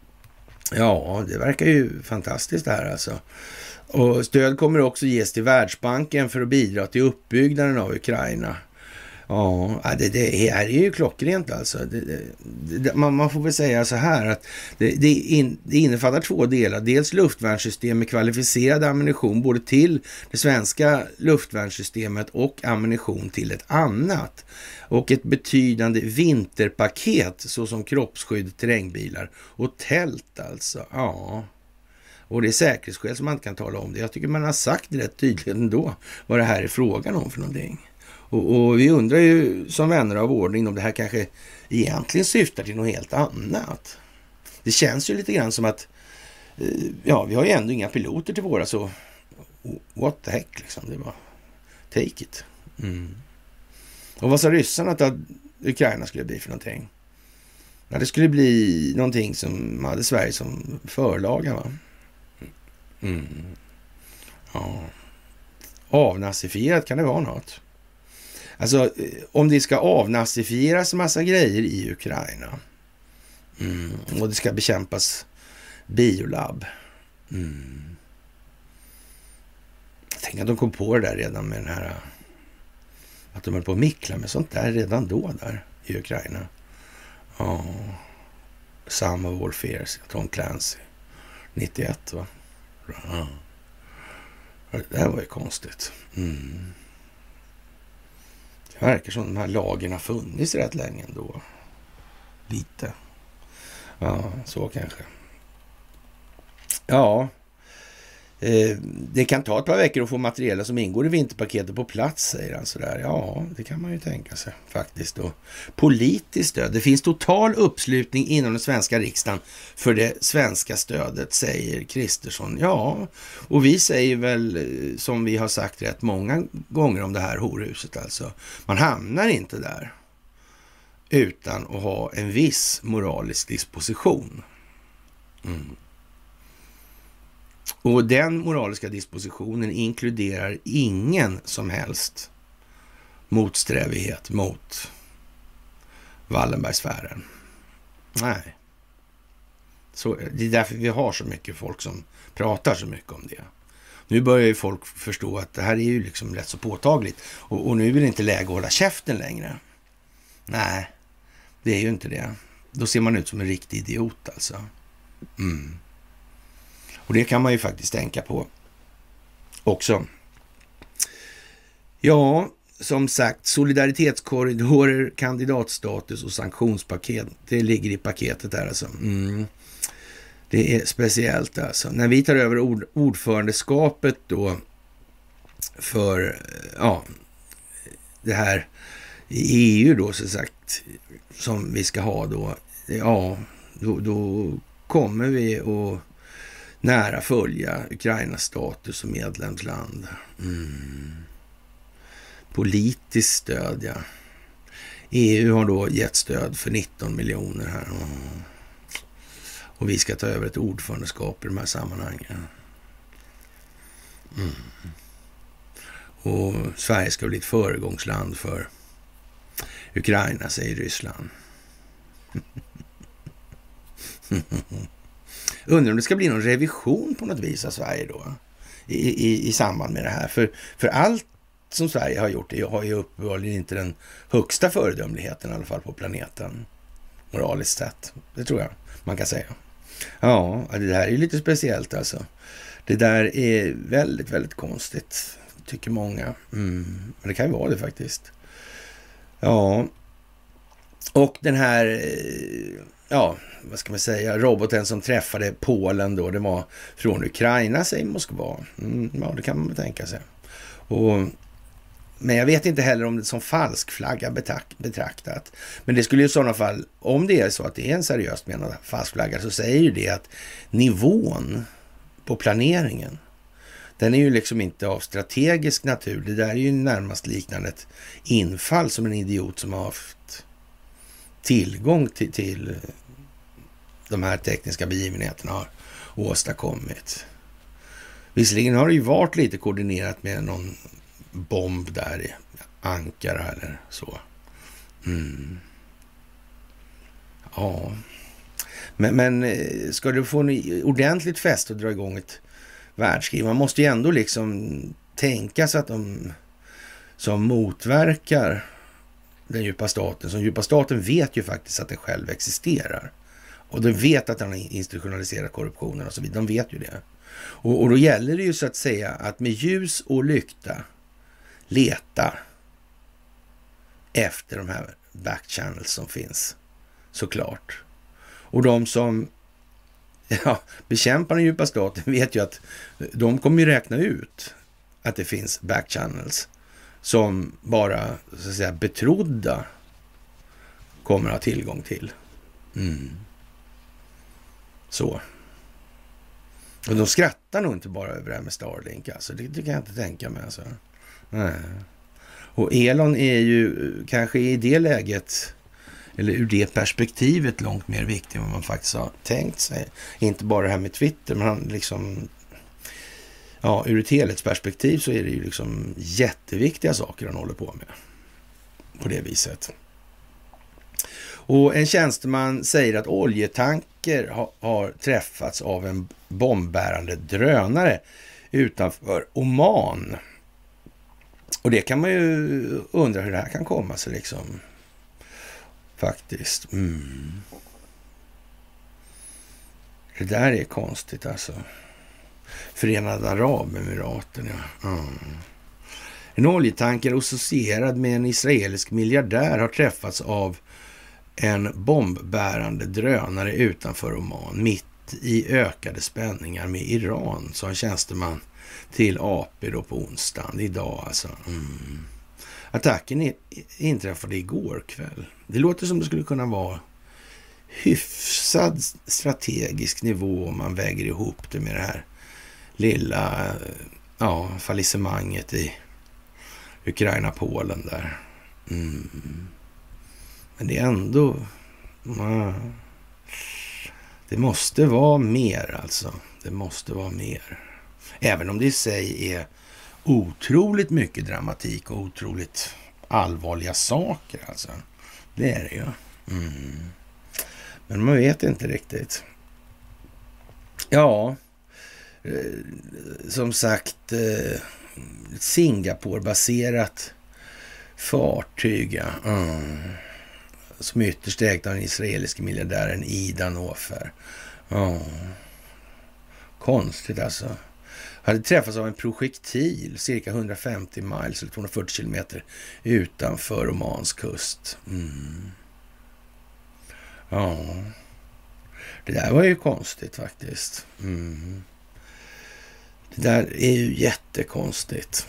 Ja, det verkar ju fantastiskt det här alltså. Och stöd kommer också ges till Världsbanken för att bidra till uppbyggnaden av Ukraina. Ja, det är ju klockrent alltså. Man får väl säga så här att det innefattar 2 delar. Dels luftvärnssystem med kvalificerad ammunition både till det svenska luftvärnssystemet och ammunition till ett annat. Och ett betydande vinterpaket såsom kroppsskydd, terrängbilar och tält alltså. Ja. Och det är säkerhetsskäl som man inte kan tala om det. Jag tycker man har sagt det rätt tydligt ändå vad det här är frågan om för någonting. Och vi undrar ju som vänner av ordning om det här kanske egentligen syftar till något helt annat. Det känns ju lite grann som att vi har ju ändå inga piloter till våra, så what the heck liksom, det var take it. Och vad sa ryssarna att Ukraina skulle bli för någonting? Ja, det skulle bli någonting som hade Sverige som förlaga, va? Ja. Avnazifierat, kan det vara något? Alltså, om det ska avnazifieras massa grejer i Ukraina och det ska bekämpas biolab. Jag tänker att de kom på det där redan med den här, att de höll på att mickla med sånt där redan då där i Ukraina. Ja, Summer Warfare, Tom Clancy 91, va? Det här var ju konstigt. Det verkar som de här lagen har funnits rätt länge ändå. Lite. Ja, så kanske. Ja. Det kan ta ett par veckor att få materiella som ingår i vinterpaketet på plats, säger han sådär. Ja, det kan man ju tänka sig faktiskt. Och politiskt stöd. Det finns total uppslutning inom den svenska riksdagen för det svenska stödet, säger Kristersson. Ja, och vi säger väl som vi har sagt rätt många gånger om det här horhuset alltså. Man hamnar inte där utan att ha en viss moralisk disposition. Och den moraliska dispositionen inkluderar ingen som helst motsträvighet mot Wallenbergsfären. Nej. Så, det är därför vi har så mycket folk som pratar så mycket om det. Nu börjar ju folk förstå att det här är ju liksom rätt så påtagligt. Och nu är det inte läge att hålla käften längre. Nej, det är ju inte det. Då ser man ut som en riktig idiot alltså. Och det kan man ju faktiskt tänka på också. Ja, som sagt, solidaritetskorridorer, kandidatstatus och sanktionspaket. Det ligger i paketet där alltså. Det är speciellt alltså. När vi tar över ordförandeskapet då för det här i EU då så sagt som vi ska ha då. Ja, då kommer vi att nära följa Ukrainas status som medlemsland. Politiskt stöd, ja. EU har då gett stöd för 19 miljoner här. Och vi ska ta över ett ordförandeskap i de här sammanhangen. Och Sverige ska bli ett föregångsland för Ukraina, säger Ryssland. Undrar om det ska bli någon revision på något vis av Sverige då i samband med det här. För allt som Sverige har gjort har ju uppenbarligen inte den högsta föredömligheten i alla fall på planeten. Moraliskt sett. Det tror jag man kan säga. Ja, det här är lite speciellt alltså. Det där är väldigt, väldigt konstigt, tycker många. Men det kan ju vara det faktiskt. Ja. Och den här... vad ska man säga, roboten som träffade Polen då, det var från Ukraina, säger Moskva. Ja, det kan man tänka sig. Men jag vet inte heller om det som falsk flagga betraktat. Men det skulle ju i sådana fall, om det är så att det är en seriöst menad falsk flagga, så säger ju det att nivån på planeringen, den är ju liksom inte av strategisk natur. Det där är ju närmast liknande ett infall som en idiot som har haft tillgång till de här tekniska begivenheterna har åstadkommit. Visserligen har det ju varit lite koordinerat med någon bomb där i Ankara eller så. Ja. Men ska du få en ordentligt fest och dra igång ett världskrig, man måste ju ändå liksom tänka sig att de som motverkar den djupa staten, som djupa staten vet ju faktiskt att den själv existerar. Och de vet att den har institutionaliserat korruptionen och så vidare. De vet ju det. Och då gäller det ju så att säga att med ljus och lykta leta efter de här backchannels som finns. Såklart. Och de som bekämpar den djupa staten vet ju att de kommer ju räkna ut att det finns backchannels som bara så att säga betrodda kommer att ha tillgång till. Så. Och de skrattar nog inte bara över det här med Starlink. Alltså. Det kan jag inte tänka mig. Alltså. Nej. Och Elon är ju kanske i det läget, eller ur det perspektivet, långt mer viktig än vad man faktiskt har tänkt sig. Inte bara det här med Twitter, men han liksom... Ja, ur ett helhetsperspektiv så är det ju liksom jätteviktiga saker han håller på med. På det viset. Och en tjänsteman säger att oljetanker har träffats av en bombbärande drönare utanför Oman. Och det kan man ju undra hur det här kan komma sig liksom. Faktiskt. Det där är konstigt alltså. Förenade Arabemiraten, ja. En oljetanker associerad med en israelisk miljardär har träffats av en bombbärande drönare utanför Oman mitt i ökade spänningar med Iran, sa en tjänsteman till AP då på onsdagen idag alltså. Attacken inträffade igår kväll. Det låter som det skulle kunna vara hyfsad strategisk nivå om man väger ihop det med det här lilla fallissemanget i Ukraina-Polen där. Men det är ändå det måste vara mer alltså. Det måste vara mer. Även om det i sig är otroligt mycket dramatik och otroligt allvarliga saker alltså. Det är det ju. Men man vet inte riktigt. Ja, som sagt, Singapore-baserat fartyg som ytterst ägt av den israeliska miljardären Ida Nofer. Konstigt alltså. Hade träffats av en projektil cirka 150 miles eller 240 kilometer utanför Omans kust. Ja, det där var ju konstigt faktiskt. Det där är ju jättekonstigt.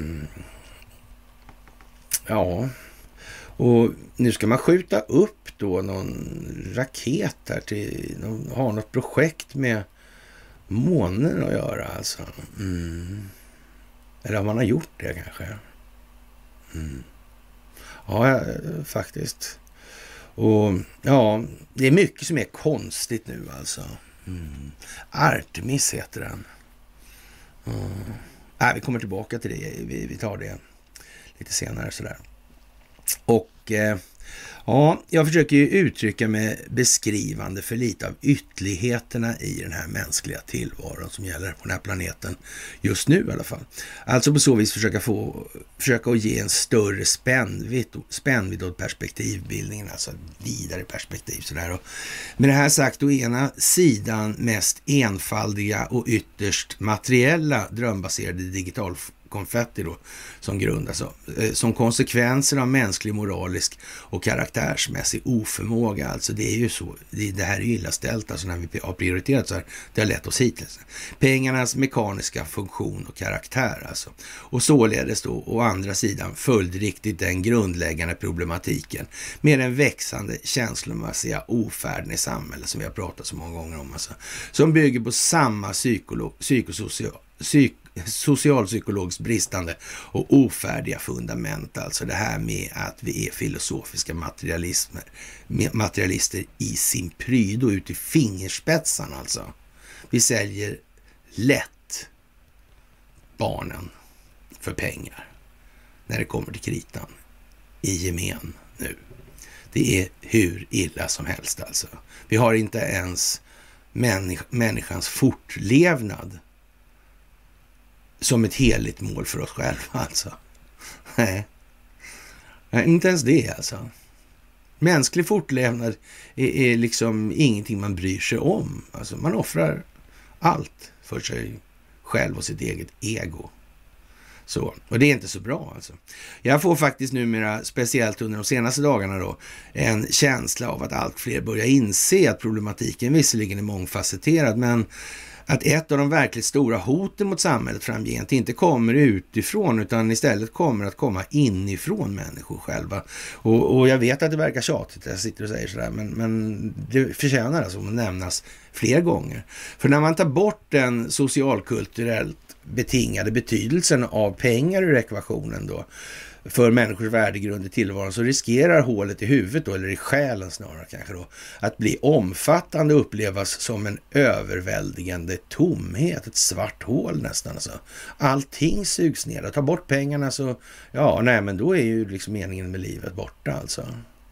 Ja, och nu ska man skjuta upp då någon raket där till, har något projekt med månen att göra alltså. Eller om man har gjort det kanske. Ja, faktiskt. Och ja, det är mycket som är konstigt nu alltså. Artemis heter den. Vi kommer tillbaka till det. Vi tar det lite senare sådär. Och jag försöker ju uttrycka mig beskrivande för lite av ytterligheterna i den här mänskliga tillvaron som gäller på den här planeten just nu i alla fall. Alltså på så vis försöka att ge en större spännvidd åt perspektivbildningen, alltså vidare perspektiv sådär. Och med det här sagt, å ena sidan mest enfaldiga och ytterst materiella drömbaserade digitalkonfetti då som grund, alltså, som konsekvenser av mänsklig, moralisk och karaktärsmässig oförmåga. Alltså det är ju så, det här är ju illa ställt alltså när vi har prioriterat så här, det har lett oss hit. Alltså. Pengarnas mekaniska funktion och karaktär alltså. Och således då å andra sidan följdriktigt den grundläggande problematiken med den växande känslomässiga ofärden i samhället som vi har pratat så många gånger om alltså. Som bygger på samma socialpsykologiskt bristande och ofärdiga fundament. Alltså det här med att vi är filosofiska materialister i sin pryd och ut i fingerspetsan alltså. Vi säljer lätt barnen för pengar när det kommer till kritan i gemen nu. Det är hur illa som helst alltså. Vi har inte ens människans fortlevnad som ett heligt mål för oss själva alltså. Nej, inte ens det alltså. Mänsklig fortlevnad är liksom ingenting man bryr sig om. Alltså man offrar allt för sig själv och sitt eget ego. Så, och det är inte så bra alltså. Jag får faktiskt numera, speciellt under de senaste dagarna då, en känsla av att allt fler börjar inse att problematiken visserligen är mångfacetterad, men att ett av de verkligt stora hoten mot samhället framgent inte kommer utifrån utan istället kommer att komma inifrån människor själva. Och jag vet att det verkar tjatigt, jag sitter och säger sådär, men det förtjänar alltså att nämnas fler gånger. För när man tar bort den socialkulturellt betingade betydelsen av pengar ur ekvationen då, för människors värdegrund i tillvaron, så riskerar hålet i huvudet då, eller i själen snarare kanske då, att bli omfattande och upplevas som en överväldigande tomhet, ett svart hål nästan alltså. Allting sugs ner, att ta bort pengarna så, men då är ju liksom meningen med livet borta alltså.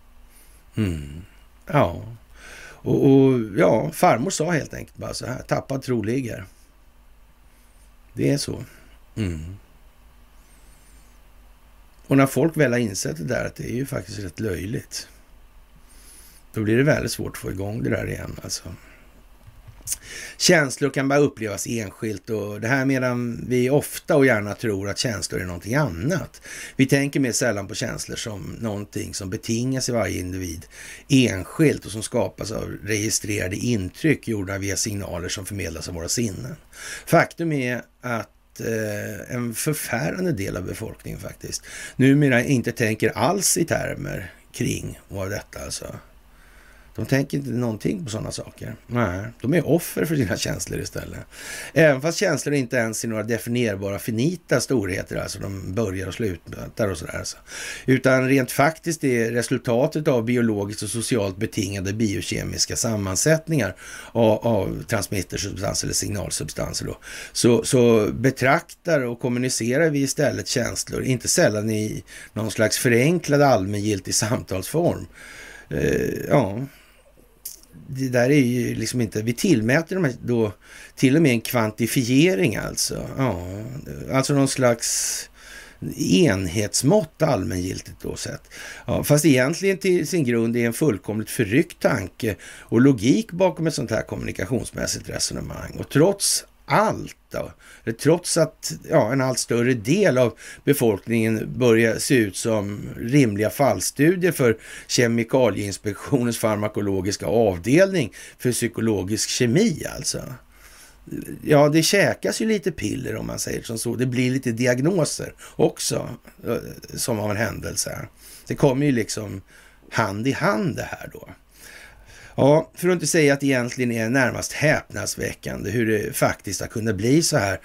Ja. Och farmor sa helt enkelt bara så här, tappad tro ligger. Det är så. Och när folk väl har insett det där, att det är ju faktiskt rätt löjligt, då blir det väldigt svårt att få igång det där igen alltså. Känslor kan bara upplevas enskilt, och det här medan vi ofta och gärna tror att känslor är någonting annat. Vi tänker mer sällan på känslor som någonting som betingas i varje individ enskilt och som skapas av registrerade intryck gjorda via signaler som förmedlas av våra sinnen. Faktum är att en förfärande del av befolkningen faktiskt numera inte tänker alls i termer kring och av detta alltså. De tänker inte någonting på sådana saker. Nej, de är offer för sina känslor istället. Även fast känslor inte ens är några definierbara finita storheter, alltså de börjar och slutar och sådär. Alltså. Utan rent faktiskt är resultatet av biologiskt och socialt betingade biokemiska sammansättningar av transmittersubstanser eller signalsubstanser då. Så betraktar och kommunicerar vi istället känslor, inte sällan i någon slags förenklad allmängiltig samtalsform. Det där är ju liksom inte, vi tillmäter de här då till och med en kvantifiering alltså. Ja, alltså någon slags enhetsmått allmängiltigt då sett. Ja, fast egentligen till sin grund är en fullkomligt förryckt tanke och logik bakom ett sånt här kommunikationsmässigt resonemang. Och trots att en allt större del av befolkningen börjar se ut som rimliga fallstudier för Kemikalieinspektionens farmakologiska avdelning för psykologisk kemi alltså. Ja, det käkas ju lite piller om man säger som så. Det blir lite diagnoser också som av en händelse. Det kommer ju liksom hand i hand det här då. Ja, för att inte säga att det egentligen är närmast häpnadsväckande hur det faktiskt har kunnat bli så här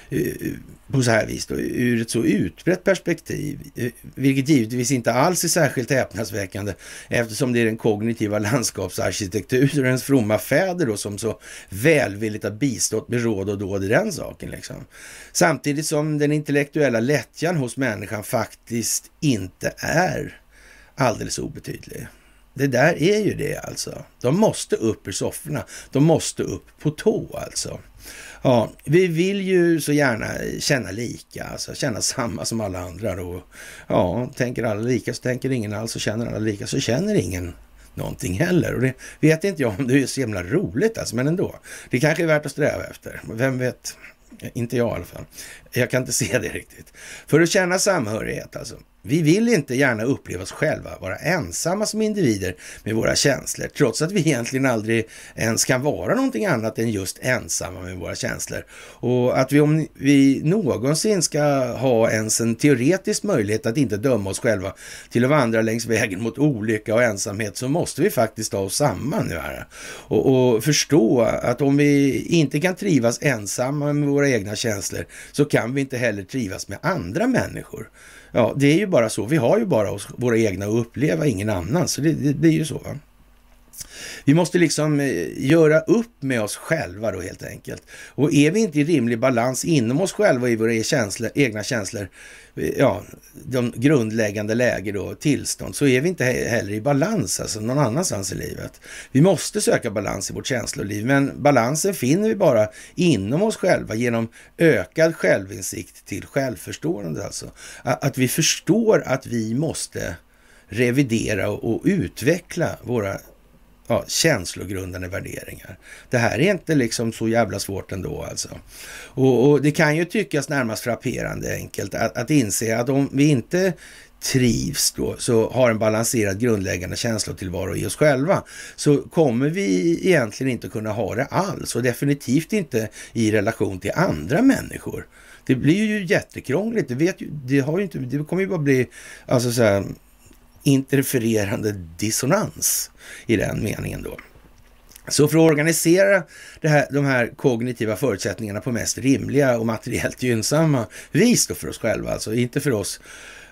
på så här vis då, ur ett så utbrett perspektiv, vilket givetvis inte alls är särskilt häpnadsväckande eftersom det är den kognitiva landskapsarkitekturens fromma fäder då som så välvilligt har bistått med råd och dåd i den saken liksom. Samtidigt som den intellektuella lättjan hos människan faktiskt inte är alldeles obetydlig. Det där är ju det alltså. De måste upp ur sofforna. De måste upp på tå alltså. Ja, vi vill ju så gärna känna lika, alltså känna samma som alla andra då. Ja, tänker alla lika så tänker ingen alls, och känner alla lika så känner ingen någonting heller. Och det vet inte jag om det är så jävla roligt alltså, men ändå. Det kanske är värt att sträva efter. Vem vet? Inte jag i alla fall. Jag kan inte se det riktigt. För att känna samhörighet alltså. Vi vill inte gärna uppleva oss själva vara ensamma som individer med våra känslor, trots att vi egentligen aldrig ens kan vara någonting annat än just ensamma med våra känslor. Och att om vi någonsin ska ha ens en teoretisk möjlighet att inte döma oss själva till att vandra längs vägen mot olycka och ensamhet, så måste vi faktiskt ta oss samman nu här. Och förstå att om vi inte kan trivas ensamma med våra egna känslor, så kan vi inte heller trivas med andra människor. Ja, det är ju bara så. Vi har ju bara våra egna att uppleva, ingen annan. Så det är ju så, va? Vi måste liksom göra upp med oss själva då helt enkelt. Och är vi inte i rimlig balans inom oss själva och i våra egna känslor, ja, de grundläggande läger då, tillstånd, så är vi inte heller i balans alltså någon annanstans i livet. Vi måste söka balans i vårt känsloliv, men balansen finner vi bara inom oss själva genom ökad självinsikt till självförstående alltså. Att vi förstår att vi måste revidera och utveckla våra känslogrundande värderingar. Det här är inte liksom så jävla svårt ändå alltså. Och det kan ju tyckas närmast frapperande enkelt att inse att om vi inte trivs då, så har en balanserad grundläggande känslotillvaro i oss själva, så kommer vi egentligen inte kunna ha det alls, och definitivt inte i relation till andra människor. Det blir ju jättekrångligt. Det kommer ju bara bli alltså så här interfererande dissonans i den meningen då. Så för att organisera de här kognitiva förutsättningarna på mest rimliga och materiellt gynnsamma vis då för oss själva, alltså inte för oss,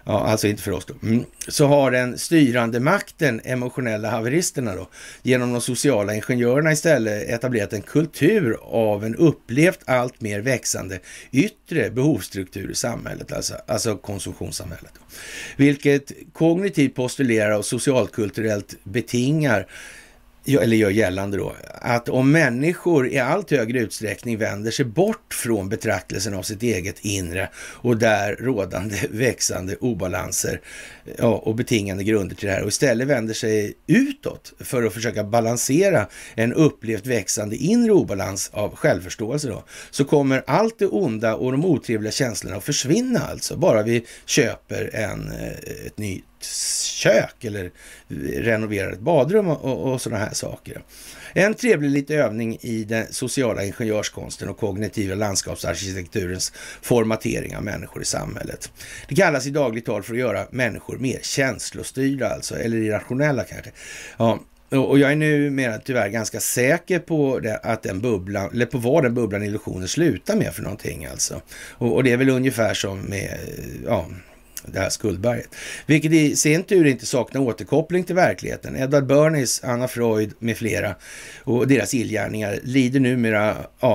då, så har den styrande makten, emotionella haveristerna då, genom de sociala ingenjörerna istället etablerat en kultur av en upplevt allt mer växande yttre behovsstruktur i samhället, alltså konsumtionssamhället då, vilket kognitivt postulerar och socialkulturellt betingar eller gör gällande då, att om människor i allt högre utsträckning vänder sig bort från betraktelsen av sitt eget inre och där rådande växande obalanser och betingande grunder till det här och istället vänder sig utåt för att försöka balansera en upplevt växande inre obalans av självförståelse då, så kommer allt det onda och de otrevliga känslorna att försvinna alltså, bara vi köper ett nytt kök eller renoverar ett badrum och sådana här saker. En trevlig liten övning i den sociala ingenjörskonsten och kognitiva landskapsarkitekturens formatering av människor i samhället. Det kallas i dagligt tal för att göra människor mer känslostyrda alltså, eller irrationella kanske. Ja. Och jag är nu tyvärr ganska säker på det, att den bubblan, eller på vad den bubblan illusioner slutar med för någonting alltså. Och det är väl ungefär som med, det här skuldberget. Vilket i sin tur inte saknar återkoppling till verkligheten. Edward Bernays, Anna Freud med flera och deras illgärningar lider numera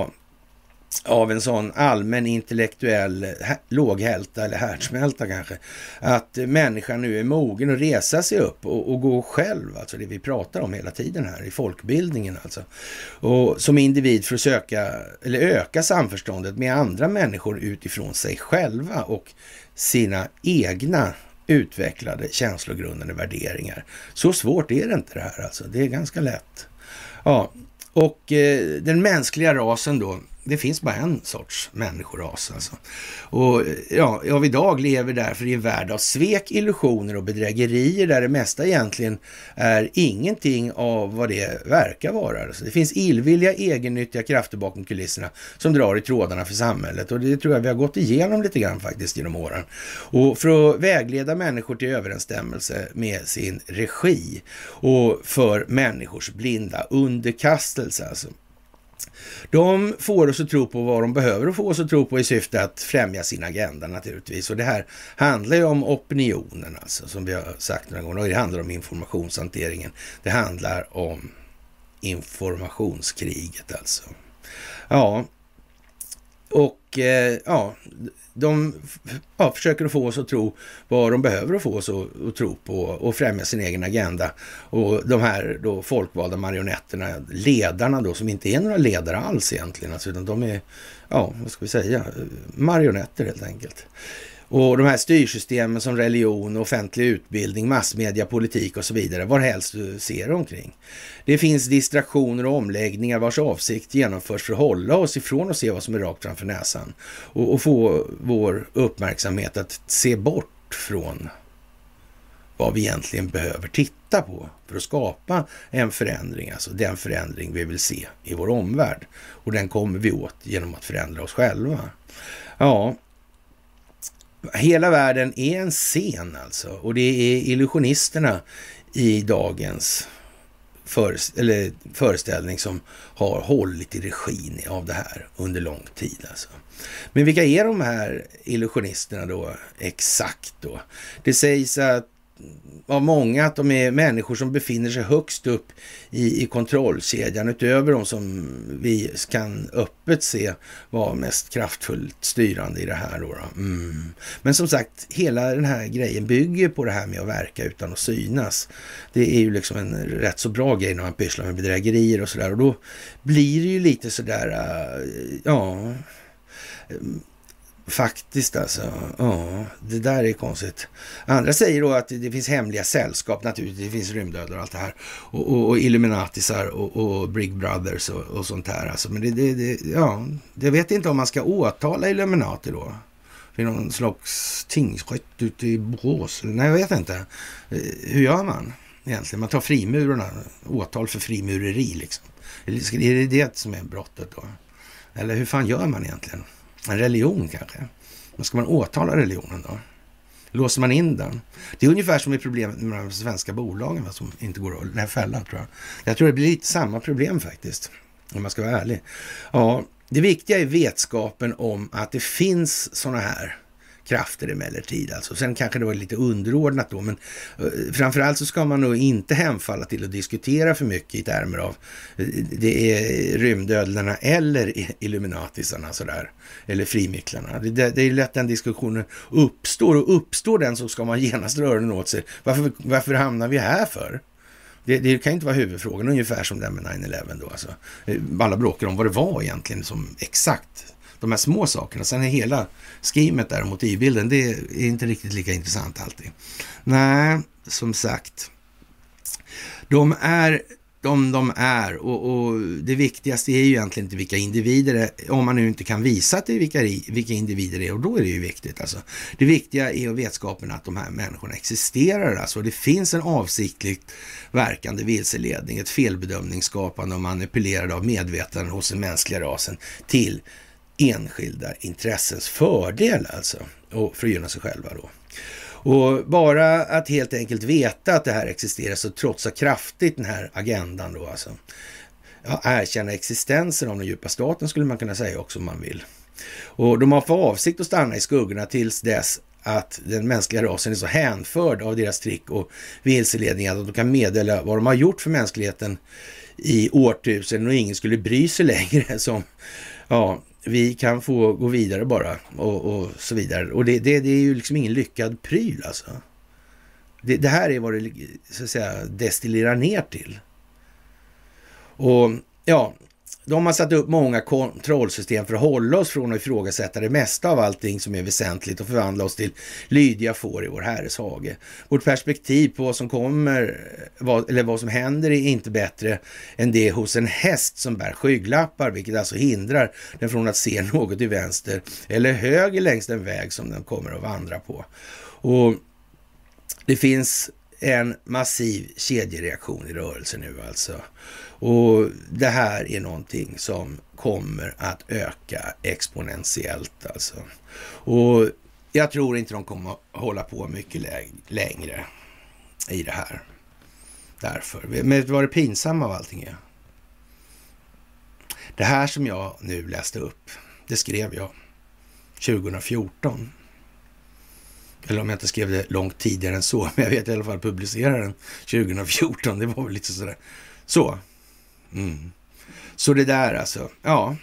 av en sån allmän intellektuell låghälta eller härdsmälta kanske, att människan nu är mogen att resa sig upp och gå själv, alltså det vi pratar om hela tiden här i folkbildningen alltså, och som individ för att söka eller öka samförståndet med andra människor utifrån sig själva och sina egna utvecklade känslogrundande värderingar. Så svårt är det inte det här alltså, det är ganska lätt. Ja, och den mänskliga rasen då, det finns bara en sorts människoras alltså. Och av idag lever därför i en värld av svek, illusioner och bedrägerier där det mesta egentligen är ingenting av vad det verkar vara. Alltså det finns illvilliga, egennyttiga krafter bakom kulisserna som drar i trådarna för samhället, och det tror jag vi har gått igenom lite grann faktiskt genom åren. Och för att vägleda människor till överensstämmelse med sin regi och för människors blinda underkastelse alltså. De får oss att tro på vad de behöver och få oss att tro på i syfte att främja sin agenda naturligtvis. Och det här handlar ju om opinionen alltså, som vi har sagt några gånger. Och det handlar om informationshanteringen. Det handlar om informationskriget alltså. Ja, och de försöker att få oss att tro vad de behöver att få oss att tro på och främja sin egen agenda. Och de här då folkvalda marionetterna, ledarna då, som inte är några ledare alls egentligen, alltså, utan de är, vad ska vi säga, marionetter helt enkelt. Och de här styrsystemen som religion, offentlig utbildning, massmedia, politik och så vidare, var helst du ser omkring. Det finns distraktioner och omläggningar vars avsikt genomförs för att hålla oss ifrån och se vad som är rakt framför näsan. Och få vår uppmärksamhet att se bort från vad vi egentligen behöver titta på för att skapa en förändring, alltså den förändring vi vill se i vår omvärld. Och den kommer vi åt genom att förändra oss själva. Ja, hela världen är en scen alltså, och det är illusionisterna i dagens föreställning som har hållit i regin av det här under lång tid alltså. Men vilka är de här illusionisterna då exakt då? Det sägs att av många att de är människor som befinner sig högst upp i kontrollkedjan, utöver de som vi kan öppet se var mest kraftfullt styrande i det här då. Men som sagt, hela den här grejen bygger på det här med att verka utan att synas. Det är ju liksom en rätt så bra grej när man pysslar med bedrägerier och sådär, och då blir det ju lite sådär, faktiskt alltså, det där är konstigt. Andra säger då att det finns hemliga sällskap, naturligtvis, det finns rymdödlor och allt det här, och Illuminatisar och Big Brothers och sånt här alltså. Men jag vet inte om man ska åtala Illuminati då för någon slags tingsrätt ute i Borås. Nej, jag vet inte. Hur gör man egentligen? Man tar frimurarna, åtal för frimureri liksom. Är det som är brottet då? Eller hur fan gör man egentligen? En religion kanske. Men ska man åtala religionen då? Låser man in den? Det är ungefär som är problemet med de svenska bolagen som inte går att fälla, tror jag. Jag tror det blir lite samma problem faktiskt, om man ska vara ärlig. Ja, det viktiga är vetskapen om att det finns såna här krafter emellertid. Alltså. Sen kanske det var lite underordnat då, men framförallt så ska man nog inte hemfalla till att diskutera för mycket i termer av det är rymdödlarna eller Illuminatisarna sådär, eller frimycklarna. Det är lätt den diskussionen uppstår, och uppstår den så ska man genast röra den åt sig. Varför hamnar vi här för? Det kan inte vara huvudfrågan, ungefär som det med 9/11 då. Alltså. Alla bråkar om vad det var egentligen som exakt. De här små sakerna. Sen är hela schemet där, motivbilden, det är inte riktigt lika intressant alltid. Nej, som sagt. De är och det viktigaste är ju egentligen inte vilka individer det är, om man nu inte kan visa att det är vilka individer det är, och då är det ju viktigt alltså. Det viktiga är ju vetskapen att de här människorna existerar alltså, och det finns en avsiktligt verkande vilseledning, ett felbedömningsskapande och manipulerande av medvetande hos den mänskliga rasen till enskilda intressens fördel alltså, och för att gynna sig själva då. Och bara att helt enkelt veta att det här existerar så trotsar kraftigt den här agendan då alltså. Ja, erkänna existensen av den djupa staten skulle man kunna säga också om man vill. Och de har för avsikt att stanna i skuggorna tills dess att den mänskliga rasen är så hänförd av deras trick och vilseledning att de kan meddela vad de har gjort för mänskligheten i årtusenden och ingen skulle bry sig längre som, ja, vi kan få gå vidare bara och så vidare. Och det är ju liksom ingen lyckad pryl alltså. Det här är vad det så att säga destillerar ner till. Och ja, de har satt upp många kontrollsystem för att hålla oss från att ifrågasätta det mesta av allting som är väsentligt och förvandla oss till lydiga får i vår herres hage. Vårt perspektiv på vad som kommer, vad som händer är inte bättre än det hos en häst som bär skygglappar, vilket alltså hindrar den från att se något i vänster eller höger längs den väg som den kommer att vandra på. Och det finns en massiv kedjereaktion i rörelse nu alltså. Och det här är någonting som kommer att öka exponentiellt alltså. Och jag tror inte de kommer att hålla på mycket längre i det här. Därför. Men vad det pinsamma av allting är? Det här som jag nu läste upp, det skrev jag 2014. Eller om jag inte skrev det långt tidigare än så. Men jag vet i alla fall publicerade den 2014. Det var väl lite sådär. Så. Så det där alltså. Ja.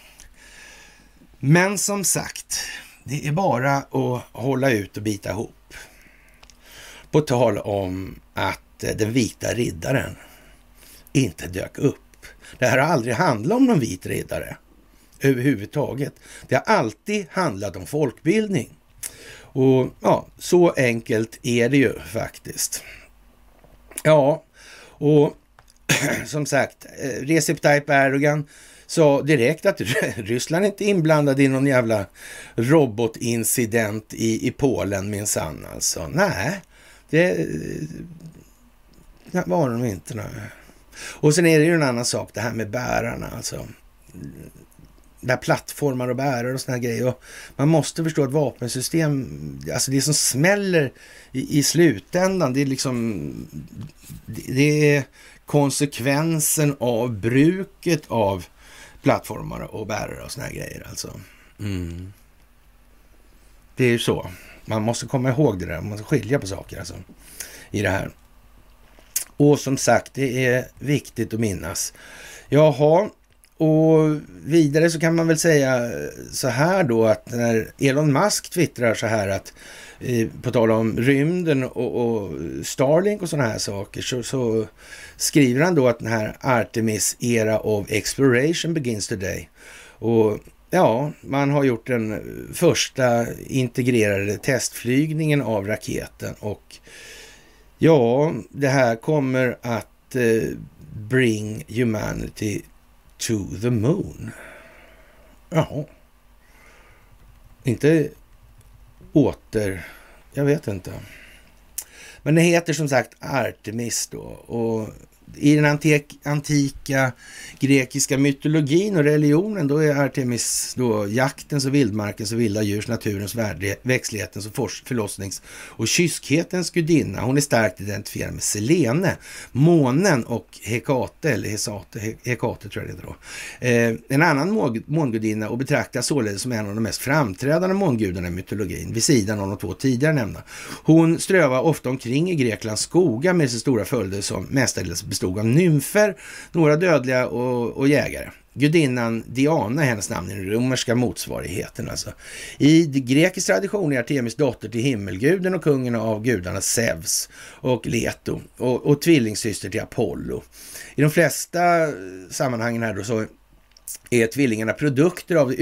Men som sagt. Det är bara att hålla ut och bita ihop. På tal om att den vita riddaren inte dök upp. Det här har aldrig handlat om någon vit riddare. Överhuvudtaget. Det har alltid handlat om folkbildning. Och ja, så enkelt är det ju faktiskt. Ja, och som sagt, Recep Tayyip Erdogan sa direkt att Ryssland inte är inblandad i någon jävla robotincident i Polen minsann alltså. Nej, det var de inte. Nej. Och sen är det ju en annan sak, det här med bärarna alltså. Där plattformar och bärare och såna här grejer. Och man måste förstå att vapensystem, alltså det som smäller i slutändan, det är liksom, det är konsekvensen av bruket av plattformar och bärare och såna här grejer alltså. Det är ju så. Man måste komma ihåg det där, man måste skilja på saker alltså i det här. Och som sagt, det är viktigt att minnas. Jaha. Och vidare så kan man väl säga så här då att när Elon Musk twittrar så här att på tal om rymden och Starlink och såna här saker så skriver han då att den här Artemis era of exploration begins today. Och ja, man har gjort den första integrerade testflygningen av raketen och ja, det här kommer att bring humanity to the moon. Ja. Inte jag vet inte. Men det heter som sagt Artemis då. Och i den antika grekiska mytologin och religionen då är Artemis då jaktens och vildmarkens och vilda djurs, naturens, växtlighetens och förlossnings- och kyskhetens gudinna. Hon är starkt identifierad med Selene, månen och Hekate, eller Hekate tror jag det är då. En annan mångudinna och betraktas således som en av de mest framträdande mångudarna i mytologin, vid sidan av de två tidigare nämnda. Hon strövar ofta omkring i Greklands skogar med så stora följder som mestadels bestod av nymfer, några dödliga och jägare. gudinnan Diana, hennes namn i den romerska motsvarigheten. Alltså. I grekisk tradition är Artemis dotter till himmelguden och kungen av gudarna Zeus och Leto och tvillingsyster till Apollo. I de flesta sammanhangen här då så är tvillingarna produkter av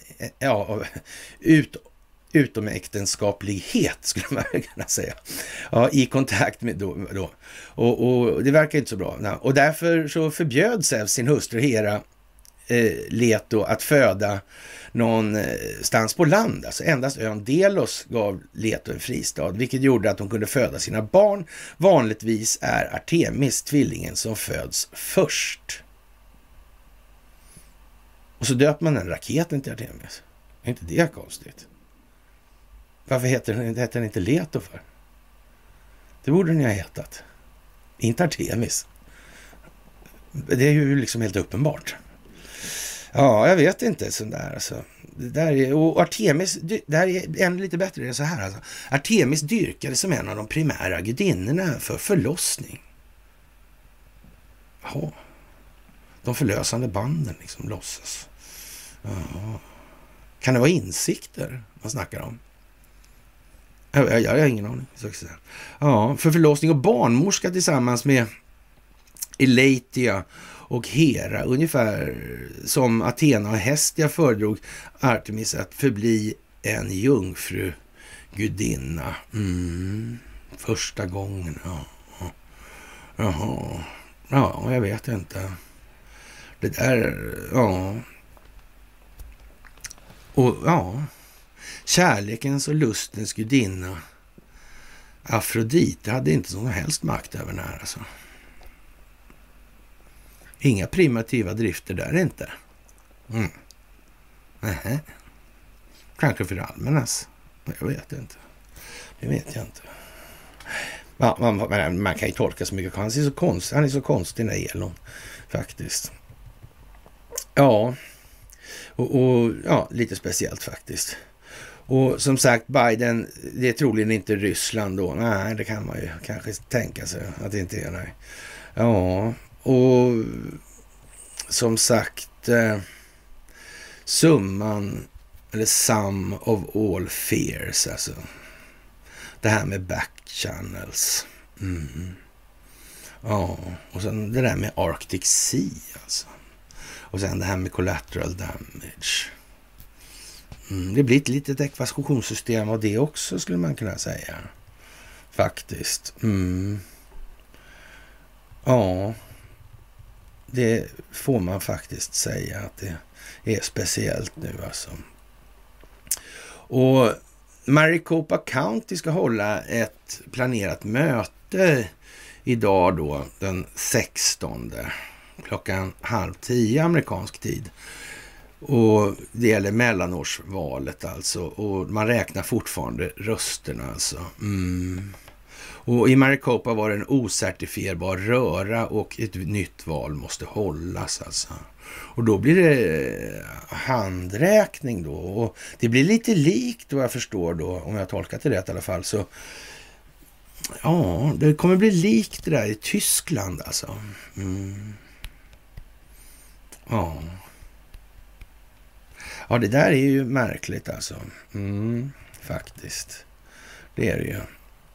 utomäktenskaplighet, skulle man kunna säga. Ja, i kontakt med då. Och det verkar inte så bra. Ja, och därför så förbjöd Zeus sin hustru Hera Leto att föda någonstans på land. Alltså endast ön Delos gav Leto en fristad, vilket gjorde att hon kunde föda sina barn. Vanligtvis är Artemis tvillingen som föds först. Och så döper man den raketen till Artemis. Är inte det konstigt? Varför heter den inte Leto för? Det borde den ju ha hetat. Inte Artemis. Det är ju liksom helt uppenbart. Ja, jag vet inte sån där alltså. Det där är, och Artemis, det här är ännu lite bättre, det är så här alltså. Artemis dyrkades som en av de primära gudinnorna för förlossning. Jaha. De förlösande banden liksom lossas. Ja. Kan det vara insikter man snackar om? Jag har ingen aning. Ja, för förlossning och barnmorska tillsammans med Elatia och Hera, ungefär som Athena och Hestia föredrog Artemis att förbli en jungfru gudinna. Första gången. Jaha. Ja, jag vet inte. Det där, ja. Och ja, kärlekens och lustens gudinna Afrodite hade inte någon helst makt över den här alltså. Inga primitiva drifter där inte. Kanske för allmännas. Jag vet inte. Det vet jag inte. Ja, man kan ju tolka så mycket. Han är så konstig när Elon faktiskt. Ja. Och ja, lite speciellt faktiskt. Och som sagt, Biden, det är troligen inte Ryssland då. Nej, det kan man ju kanske tänka sig att det inte är. Nej. Ja, och som sagt, summan eller sum of all fears, alltså. Det här med backchannels. Ja, och sen det där med Arctic Sea, alltså. Och sen det här med collateral damage. Det blir ett litet ekvationssystem av det också, skulle man kunna säga. Faktiskt. Ja, det får man faktiskt säga att det är speciellt nu alltså. Och Maricopa County ska hålla ett planerat möte idag då, den 16, klockan 9:30 amerikansk tid. Och det gäller mellanårsvalet alltså. Och man räknar fortfarande rösterna alltså. Och i Maricopa var det en ocertifierbar röra och ett nytt val måste hållas alltså. Och då blir det handräkning då. Och det blir lite likt vad jag förstår då, om jag tolkat det rätt i alla fall. Så ja, det kommer bli likt det där i Tyskland alltså. Ja. Ja, det där är ju märkligt alltså. Faktiskt. Det är det ju.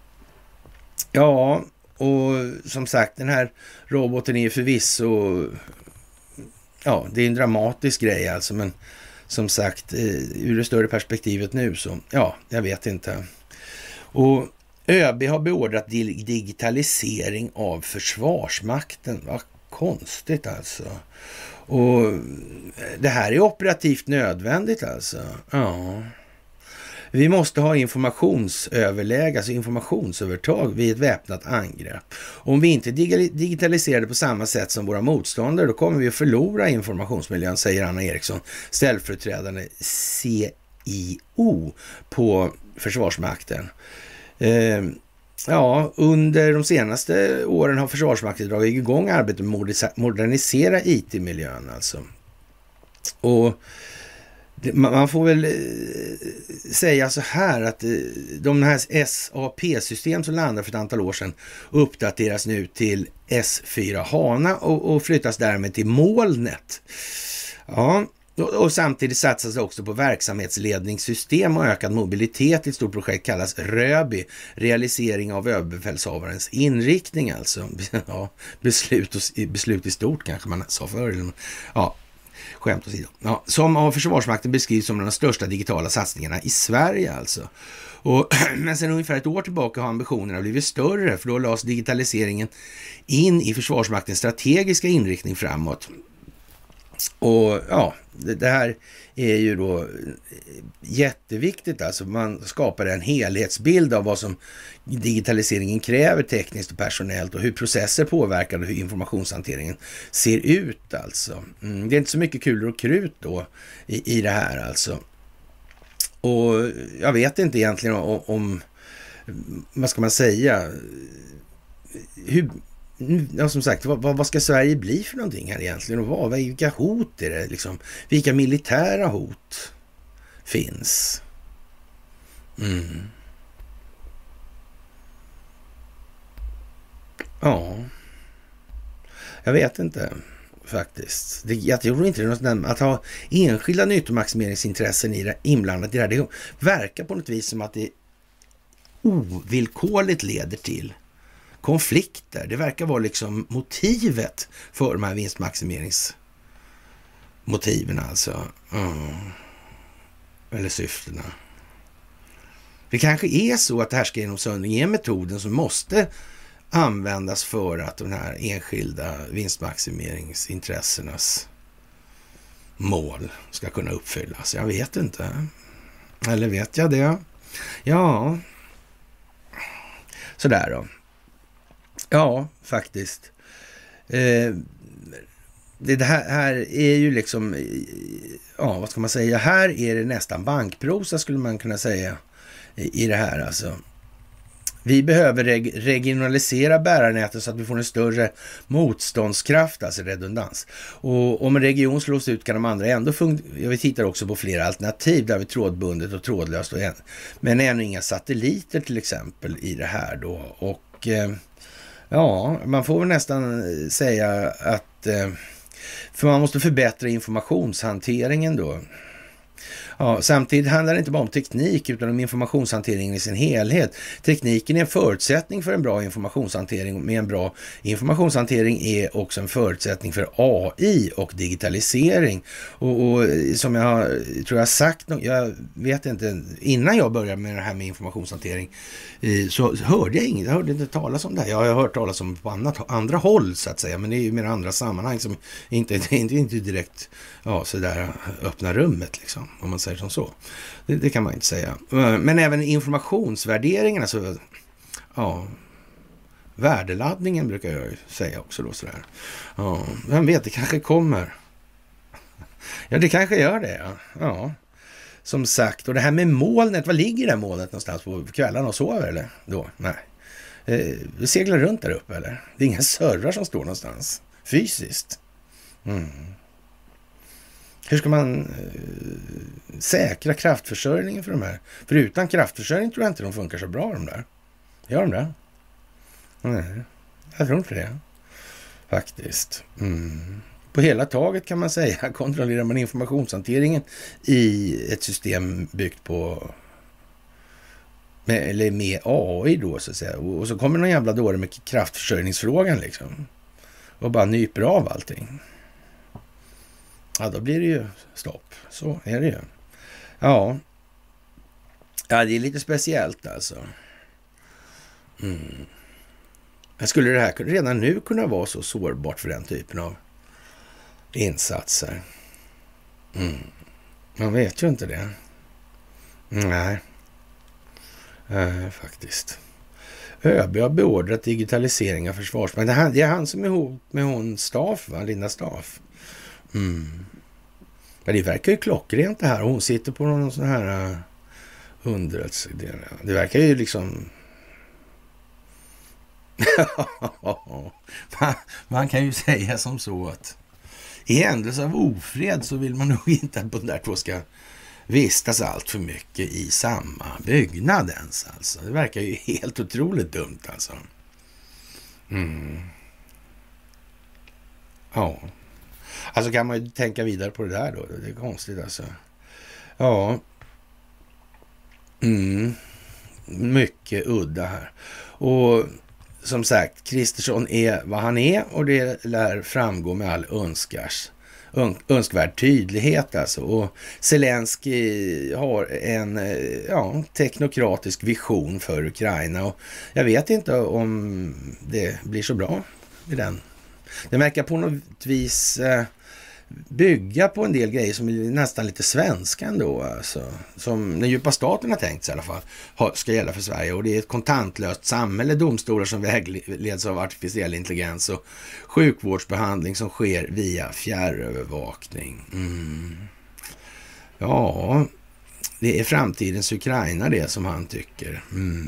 Ja, och som sagt, den här roboten är ju förvisso, ja, det är en dramatisk grej alltså, men som sagt, ur det större perspektivet nu så, ja, jag vet inte. Och ÖB har beordrat digitalisering av Försvarsmakten. Vad konstigt alltså. Och det här är operativt nödvändigt alltså. Ja. Vi måste ha informationsöverläge, alltså informationsövertag vid ett väpnat angrepp. Om vi inte digitaliserar det på samma sätt som våra motståndare, då kommer vi att förlora informationsmiljön, säger Anna Eriksson, ställföreträdande CIO på Försvarsmakten. Ja, under de senaste åren har Försvarsmakten dragit igång arbetet med att modernisera IT-miljön alltså. Och man får väl säga så här att de här SAP-system som landade för ett antal år sedan uppdateras nu till S4 HANA och flyttas därmed till molnet. Ja, och samtidigt satsas det också på verksamhetsledningssystem och ökad mobilitet i ett stort projekt kallas RÖBI, realisering av överbefälshavarens inriktning alltså. Ja, beslut i stort kanske man sa förr. Ja, skämt åsido. Ja, som av Försvarsmakten beskrivs som de största digitala satsningarna i Sverige alltså. Men sen ungefär ett år tillbaka har ambitionerna blivit större, för då lades digitaliseringen in i Försvarsmaktens strategiska inriktning framåt. Och ja, det här är ju då jätteviktigt, alltså man skapar en helhetsbild av vad som digitaliseringen kräver tekniskt och personellt och hur processer påverkar och hur informationshanteringen ser ut alltså. Det är inte så mycket kulor och krut då i det här alltså. Och jag vet inte egentligen om vad ska man säga, ja, som sagt, vad ska Sverige bli för någonting här egentligen? Och vilka hot är det liksom? Vilka militära hot finns? Ja, jag vet inte faktiskt. Jag tror inte det är något sådant, att ha enskilda nyttomaximeringsintressen inblandat i det här. Det verkar på något vis som att det ovillkorligt leder till konflikter. Det verkar vara liksom motivet för de här vinstmaximeringsmotiven alltså. Eller syftena. Det kanske är så att härskargenomsöndring är metoden som måste användas för att de här enskilda vinstmaximeringsintressenas mål ska kunna uppfyllas. Jag vet inte. Eller vet jag det? Ja. Sådär då. Ja, faktiskt. Det här är ju liksom, ja, vad ska man säga? Här är det nästan bankprosa skulle man kunna säga i det här alltså. Vi behöver regionalisera bärarnätet så att vi får en större motståndskraft, alltså redundans. Och om en region slås ut kan de andra ändå vi tittar också på flera alternativ där vi trådbundet och trådlöst, men ännu inga satelliter till exempel i det här då. Och ja, man får väl nästan säga att för man måste förbättra informationshanteringen då. Ja, samtidigt handlar det inte bara om teknik utan om informationshanteringen i sin helhet. Tekniken är en förutsättning för en bra informationshantering. Med en bra informationshantering är också en förutsättning för AI och digitalisering. Och som jag tror jag sagt, jag vet inte, innan jag började med det här med informationshantering så hörde jag inget, jag hörde inte talas om det här. Jag har hört talas om på andra håll så att säga, men det är ju mer andra sammanhang som inte direkt så där öppna rummet liksom, om man säger som så. Det kan man inte säga. Men även informationsvärderingen, alltså värdeladdningen brukar jag säga också då sådär. Ja, vem vet, det kanske kommer. Ja, det kanske gör det, ja. Som sagt, och det här med molnet, vad ligger det molnet någonstans på kvällarna och sover eller? Då? Nej. Det seglar runt där uppe eller? Det är inga servrar som står någonstans fysiskt. Hur ska man säkra kraftförsörjningen för de här? För utan kraftförsörjning tror jag inte de funkar så bra de där. Gör de det? Nej, jag tror inte det. Faktiskt. På hela taget kan man säga kontrollerar man informationshanteringen i ett system byggt på med AI då så att säga. Och så kommer någon jävla dåre med kraftförsörjningsfrågan liksom. Och bara nyper av allting. Ja, då blir det ju stopp. Så är det ju. Ja, det är lite speciellt alltså. Skulle det här redan nu kunna vara så sårbart för den typen av insatser? Man vet ju inte det. Nej, faktiskt. ÖB har beordrat digitalisering av Försvarsmakten. Det är han som är ihop med hon Staff, va? Linda Staff. Men det verkar ju klockrent det här. Hon sitter på någon sån här underrättelse. Det verkar ju liksom... man kan ju säga som så att i händelse av ofred så vill man nog inte att de där två ska vistas allt för mycket i samma byggnad ens. Alltså. Det verkar ju helt otroligt dumt alltså. Alltså kan man ju tänka vidare på det där då. Det är konstigt alltså. Ja. Mycket udda här. Och som sagt, Kristersson är vad han är och det lär framgå med all önskvärd tydlighet alltså. Och Zelensky har en teknokratisk vision för Ukraina och jag vet inte om det blir så bra i den. Det verkar på något vis bygga på en del grejer som är nästan lite svenska ändå, alltså, som den djupa staten har tänkt sig i alla fall ska gälla för Sverige, och det är ett kontantlöst samhälle, domstolar som vägleds av artificiell intelligens och sjukvårdsbehandling som sker via fjärrövervakning. Ja, det är framtidens Ukraina det som han tycker.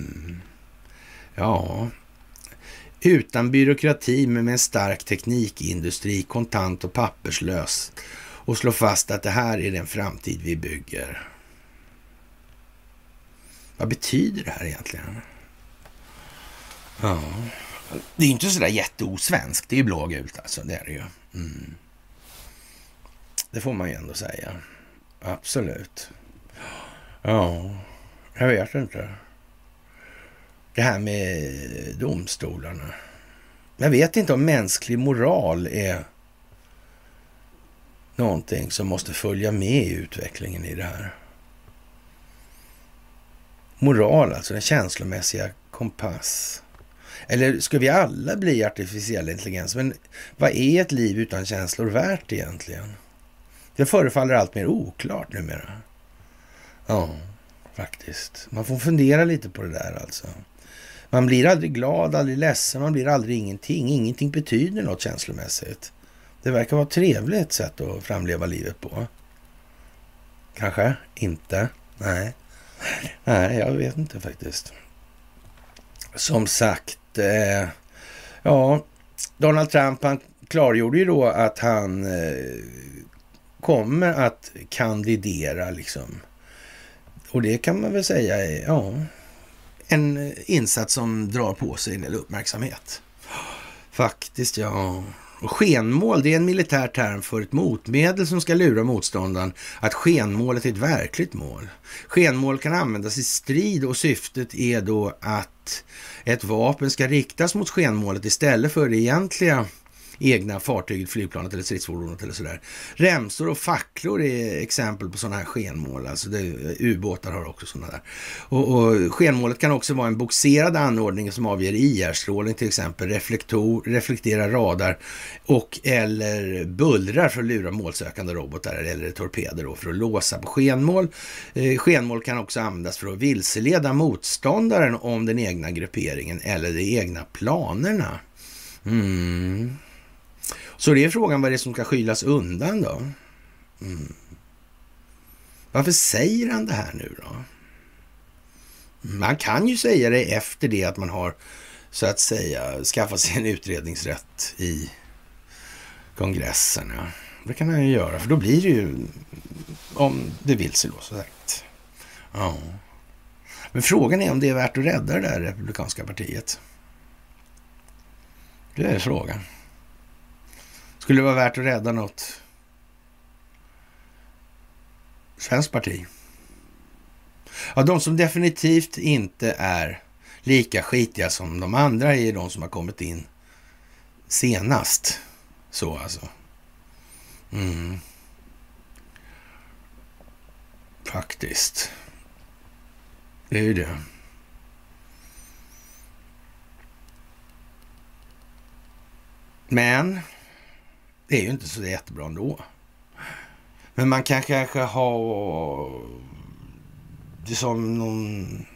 Ja, utan byråkrati men med en stark teknikindustri, kontant och papperslös, och slå fast att det här är den framtid vi bygger. Vad betyder det här egentligen? Ja, det är inte så där jätteosvenskt, det är ju blågult alltså, det är det ju. Det får man ju ändå säga. Absolut. Ja, jag vet inte. Det här med domstolarna. Jag vet inte om mänsklig moral är någonting som måste följa med i utvecklingen i det här. Moral, alltså den känslomässiga kompass. Eller ska vi alla bli artificiell intelligens? Men vad är ett liv utan känslor värt egentligen? Det förefaller allt mer oklart numera. Ja, faktiskt. Man får fundera lite på det där alltså. Man blir aldrig glad, aldrig ledsen, man blir aldrig ingenting. Ingenting betyder något känslomässigt. Det verkar vara ett trevligt sätt att framleva livet på. Kanske inte. Nej, jag vet inte faktiskt. Som sagt, Donald Trump, han klargjorde ju då att han kommer att kandidera liksom. Och det kan man väl säga är, en insats som drar på sig en del uppmärksamhet. Faktiskt, ja. Och skenmål, det är en militär term för ett motmedel som ska lura motståndaren att skenmålet är ett verkligt mål. Skenmål kan användas i strid och syftet är då att ett vapen ska riktas mot skenmålet istället för det egentliga egna fartyget, flygplanet eller stridsfordonet eller sådär. Remsor och facklor är exempel på sådana här skenmål. Alltså ubåtar har också sådana där. Och skenmålet kan också vara en boxerad anordning som avger IR-strålning, till exempel reflekterar radar och eller bullrar för att lura målsökande robotar eller torpeder då för att låsa på skenmål. Skenmål kan också användas för att vilseleda motståndaren om den egna grupperingen eller de egna planerna. Så det är frågan vad det är som ska skylas undan då. Varför säger han det här nu då? Man kan ju säga det efter det att man har så att säga skaffat sig en utredningsrätt i kongressen. Ja. Det kan han ju göra, för då blir det ju, om det vill sig då, så sagt. Ja. Men frågan är om det är värt att rädda det där republikanska partiet. Det är frågan. Skulle det vara värt att rädda något svenskt parti? Ja, de som definitivt inte är lika skitiga som de andra är de som har kommit in senast. Så alltså. Faktiskt. Det är ju det. Men det är ju inte så jättebra ändå. Men man kan kanske ha det som någon,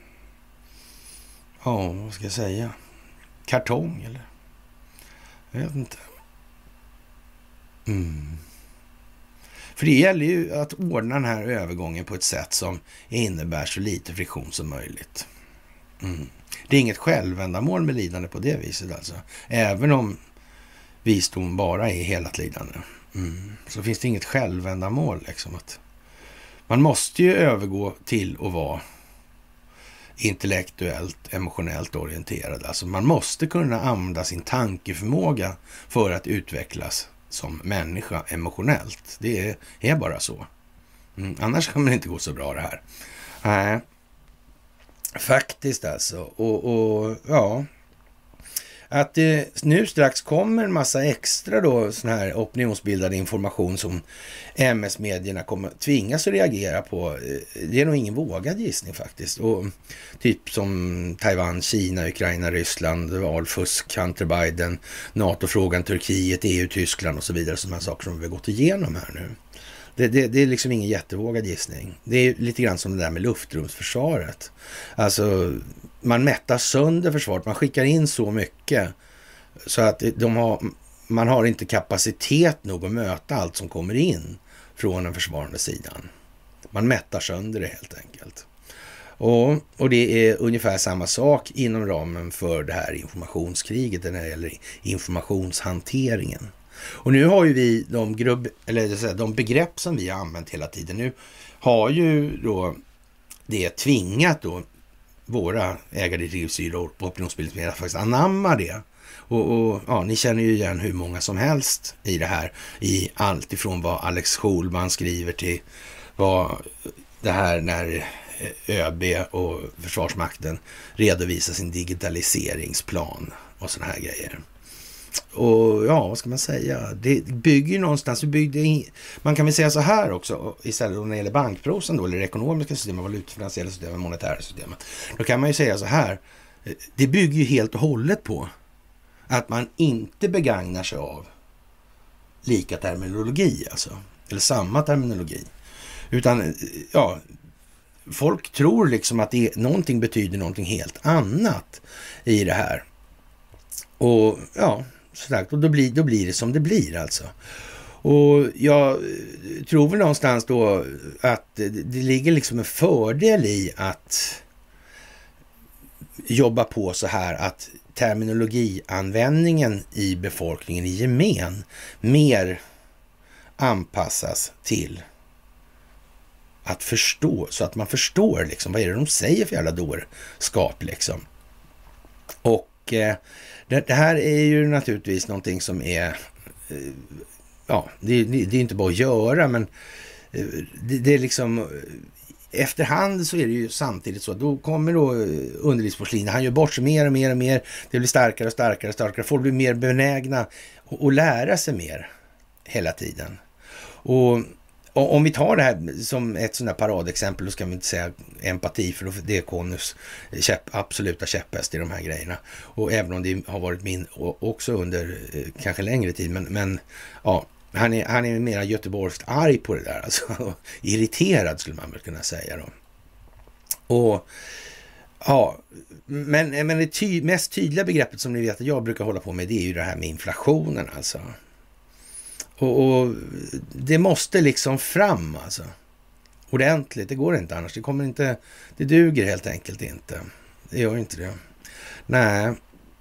vad ska jag säga, kartong eller jag vet inte. För det gäller ju att ordna den här övergången på ett sätt som innebär så lite friktion som möjligt. Det är inget självändamål med lidande på det viset alltså. Även om visdom bara är hela lidande. Så finns det inget självändamål liksom. Att man måste ju övergå till att vara intellektuellt, emotionellt orienterad. Alltså man måste kunna använda sin tankeförmåga för att utvecklas som människa emotionellt. Det är bara så. Annars kan man inte gå så bra det här. Nej, faktiskt alltså. Och ja, att det nu strax kommer en massa extra då sån här opinionsbildande information som MS-medierna kommer tvingas att reagera på. Det är nog ingen vågad gissning faktiskt. Och typ som Taiwan, Kina, Ukraina, Ryssland, valfusk, Hunter Biden, NATO-frågan, Turkiet, EU, Tyskland och så vidare. Sådana saker som vi har gått igenom här nu. Det är liksom ingen jättevågad gissning. Det är lite grann som det där med luftrumsförsvaret. Alltså man mättar sönder försvaret. Man skickar in så mycket så att man har inte kapacitet nog att möta allt som kommer in från den försvarande sidan. Man mättar sönder det helt enkelt. Och det är ungefär samma sak inom ramen för det här informationskriget när det gäller informationshanteringen. Och nu har ju vi de begrepp som vi har använt hela tiden. Nu har ju då det tvingat då våra ägardirektivstyrda och opinionsbildningsmedel faktiskt anamma det. Och ja, ni känner ju igen hur många som helst i det här. I allt ifrån vad Alex Schulman skriver till vad det här när ÖB och Försvarsmakten redovisar sin digitaliseringsplan och såna här grejer. Och ja, vad ska man säga? Det bygger någonstans, man kan väl säga så här också, istället när det gäller bankprosen då, eller det ekonomiska systemet, valutafinansiella systemet, monetära systemet. Då kan man ju säga så här, det bygger ju helt och hållet på att man inte begagnar sig av lika terminologi alltså, eller samma terminologi. Utan ja, folk tror liksom att någonting betyder någonting helt annat i det här. Och ja, sådär. Och då blir det som det blir alltså. Och jag tror väl någonstans då att det ligger liksom en fördel i att jobba på så här att terminologianvändningen i befolkningen i gemen mer anpassas till att förstå, så att man förstår liksom vad är det de säger för jävla dårskap liksom. Och det här är ju naturligtvis någonting som är ja, det är inte bara att göra, men det är liksom efterhand så är det ju samtidigt så. Då kommer då underlivsporslin, han gör bort sig mer och mer och mer. Det blir starkare och starkare och starkare. Folk blir mer benägna att lära sig mer hela tiden. Och om vi tar det här som ett sådant här paradexempel, då ska vi inte säga empati, för det är Connus absoluta käpphäst i de här grejerna. Och även om det har varit min också under kanske längre tid, men ja, han är mer göteborgskt arg på det där, alltså irriterad skulle man väl kunna säga då. Och ja, men det mest tydliga begreppet som ni vet att jag brukar hålla på med, det är ju det här med inflationen alltså. Och det måste liksom fram alltså. Ordentligt, det går inte annars. Det duger helt enkelt inte. Det gör inte det. Nej.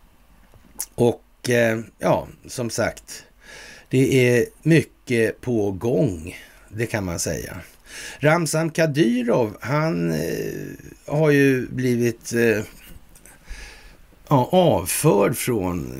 Och ja, som sagt, det är mycket på gång, det kan man säga. Ramzan Kadyrov, han har ju blivit avförd från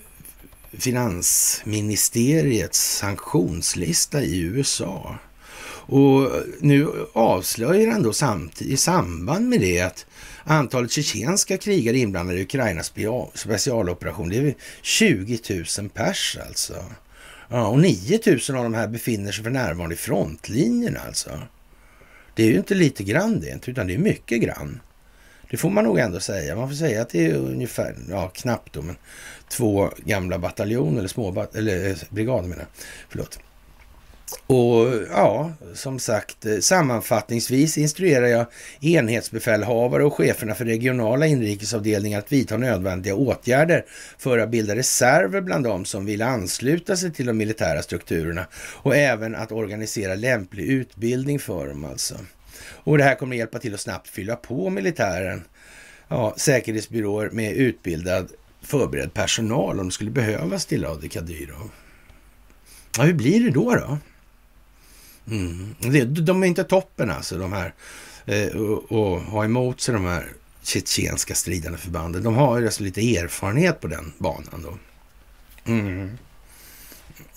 finansministeriets sanktionslista i USA. Och nu avslöjar han då samtidigt i samband med det att antalet tjetjenska krigare inblandade i Ukrainas specialoperation, det är 20 000 pers alltså. Ja, och 9 000 av de här befinner sig för närvarande i frontlinjen alltså. Det är ju inte lite grann det, utan det är mycket grann. Det får man nog ändå säga. Man får säga att det är ungefär, ja knappt då, men 2 gamla bataljoner eller brigader menar jag. Förlåt. Och ja, som sagt, sammanfattningsvis instruerar jag enhetsbefälhavare och cheferna för regionala inrikesavdelningar att vidta nödvändiga åtgärder för att bilda reserver bland dem som vill ansluta sig till de militära strukturerna och även att organisera lämplig utbildning för dem alltså. Och det här kommer att hjälpa till att snabbt fylla på militären, ja, säkerhetsbyråer med utbildad förberedd personal om det skulle behövas, tillade Kadyrov. Ja, hur blir det då? De är inte toppen alltså, de här och ha emot sig de här tjetjenska stridande förbanden. De har ju alltså lite erfarenhet på den banan då.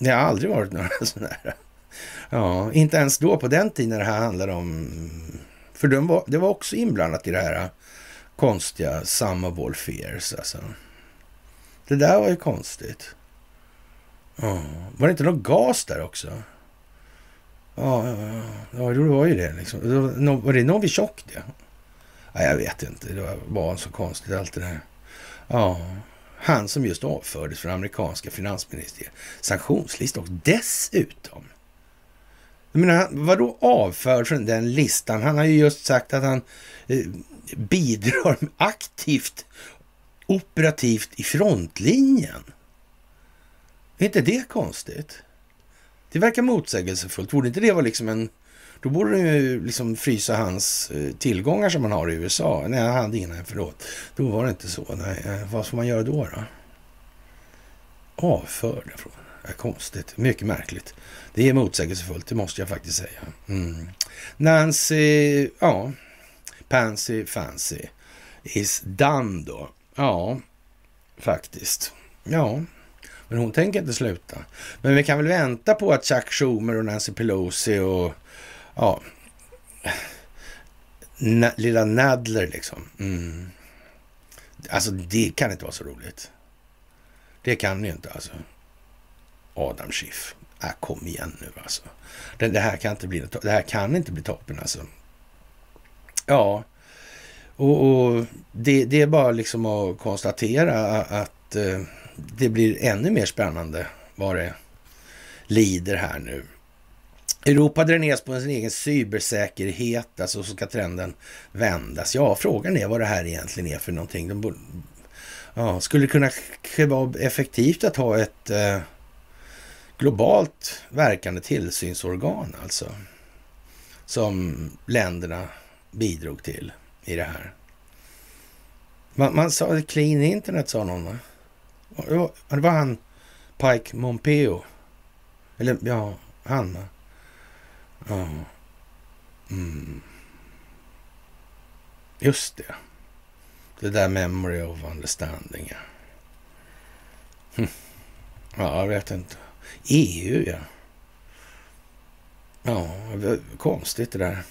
Det har aldrig varit några sådana här. Ja, inte ens då på den tiden när det här handlade om... För det var också inblandat i det här konstiga Sum of all fears. Alltså. Det där var ju konstigt. Ja, var det inte något gas där också? Ja, det var ju det liksom. Var det Novichok det? Ja, jag vet inte. Det var så konstigt allt det där. Ja, han som just avfördes från amerikanska finansministeriet. Sanktionslista och dessutom. Jag menar, vadå avförd från den listan? Han har ju just sagt att han bidrar aktivt, operativt i frontlinjen. Är inte det konstigt? Det verkar motsägelsefullt. Borde inte det vara liksom en... Då borde de ju liksom frysa hans tillgångar som man har i USA. Nej, han hade innan, förlåt. Då var det inte så. Nej, vad ska man göra då? Avförda från... Det är konstigt. Mycket märkligt. Det är motsägelsefullt, det måste jag faktiskt säga. Nancy, Pansy Fancy is done då. Ja, faktiskt. Ja, men hon tänker inte sluta. Men vi kan väl vänta på att Chuck Schumer och Nancy Pelosi och lilla Nadler liksom. Alltså det kan inte vara så roligt. Det kan ju inte alltså. Adam Schiff. Kom igen nu alltså. Det här kan inte bli toppen alltså. Ja. Och det är bara liksom att konstatera att det blir ännu mer spännande vad det lider här nu. Europa dräneras på sin egen cybersäkerhet, alltså så ska trenden vändas. Ja, frågan är vad det här egentligen är för någonting. Skulle det kunna vara effektivt att ha ett globalt verkande tillsynsorgan alltså, som länderna bidrog till i det här. Man sa clean internet, sa någon, va? Det var han Pike Pompeo. Eller ja, han, va? Ja. Just det. Det där memory of understanding. Ja, jag vet inte. EU, ja. Ja, konstigt det där.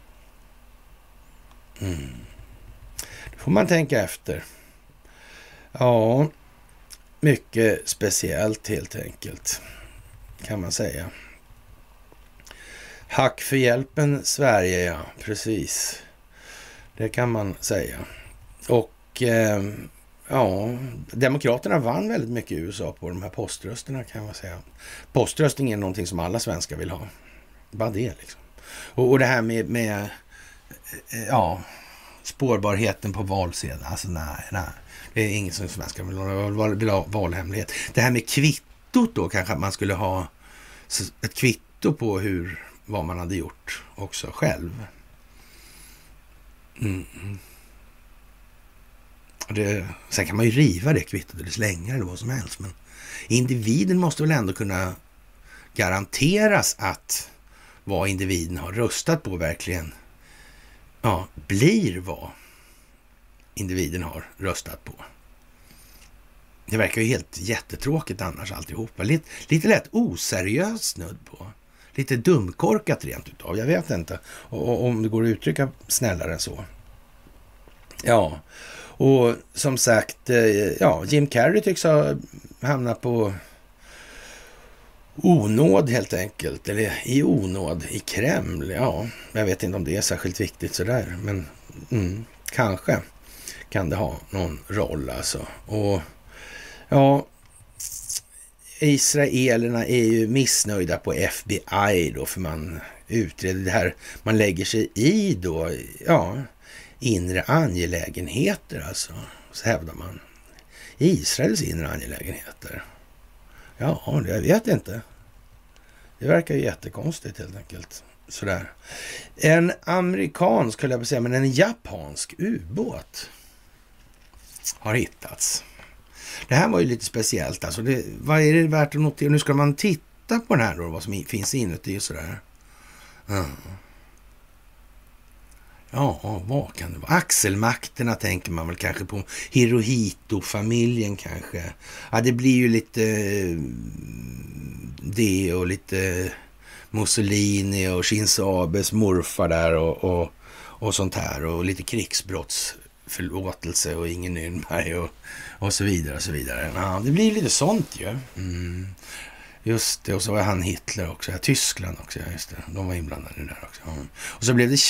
Då får man tänka efter. Ja, mycket speciellt helt enkelt, kan man säga. Hack för hjälpen Sverige, ja, precis. Det kan man säga. Och Demokraterna vann väldigt mycket i USA på de här poströsterna, kan man säga. Poströstning är någonting som alla svenskar vill ha. Bara det liksom. Och det här med spårbarheten på valsedeln. Alltså nej. Det är inget som svenskar vill ha valhemlighet. Det här med kvittot då, kanske att man skulle ha ett kvitto på vad man hade gjort också själv. Sen kan man ju riva det kvittot eller slänga det eller vad som helst. Men individen måste väl ändå kunna garanteras att vad individen har röstat på verkligen blir vad individen har röstat på. Det verkar ju helt jättetråkigt annars alltihopa. Lite lätt oseriöst snudd på. Lite dumkorkat rent utav. Jag vet inte om det går att uttrycka snällare än så. Ja, och som sagt, Jim Carrey tycks ha hamnat på onåd helt enkelt. Eller i onåd i Kreml. Ja, jag vet inte om det är särskilt viktigt sådär. Men kanske kan det ha någon roll alltså. Och israelerna är ju missnöjda på FBI då, för man utreder det här. Man lägger sig i då, inre angelägenheter alltså, så hävdar man. Israels inre angelägenheter. Ja, jag vet inte. Det verkar ju jättekonstigt helt enkelt. Sådär. En amerikansk, skulle jag säga, men en japansk ubåt har hittats. Det här var ju lite speciellt alltså. Vad är det värt att notera? Nu ska man titta på den här då, vad som finns inuti och sådär. Ja, vad kan det vara? Axelmakterna tänker man väl kanske på. Hirohito-familjen kanske. Ja, det blir ju lite det och lite Mussolini och Shinzo Abes morfar där och sånt här. Och lite krigsbrottsförlåtelse och ingen Nürnberg och så vidare och så vidare. Ja, det blir lite sånt ju. Just det, och så var han Hitler också. Ja, Tyskland också, ja, just det. De var inblandade där också. Ja. Och så blev det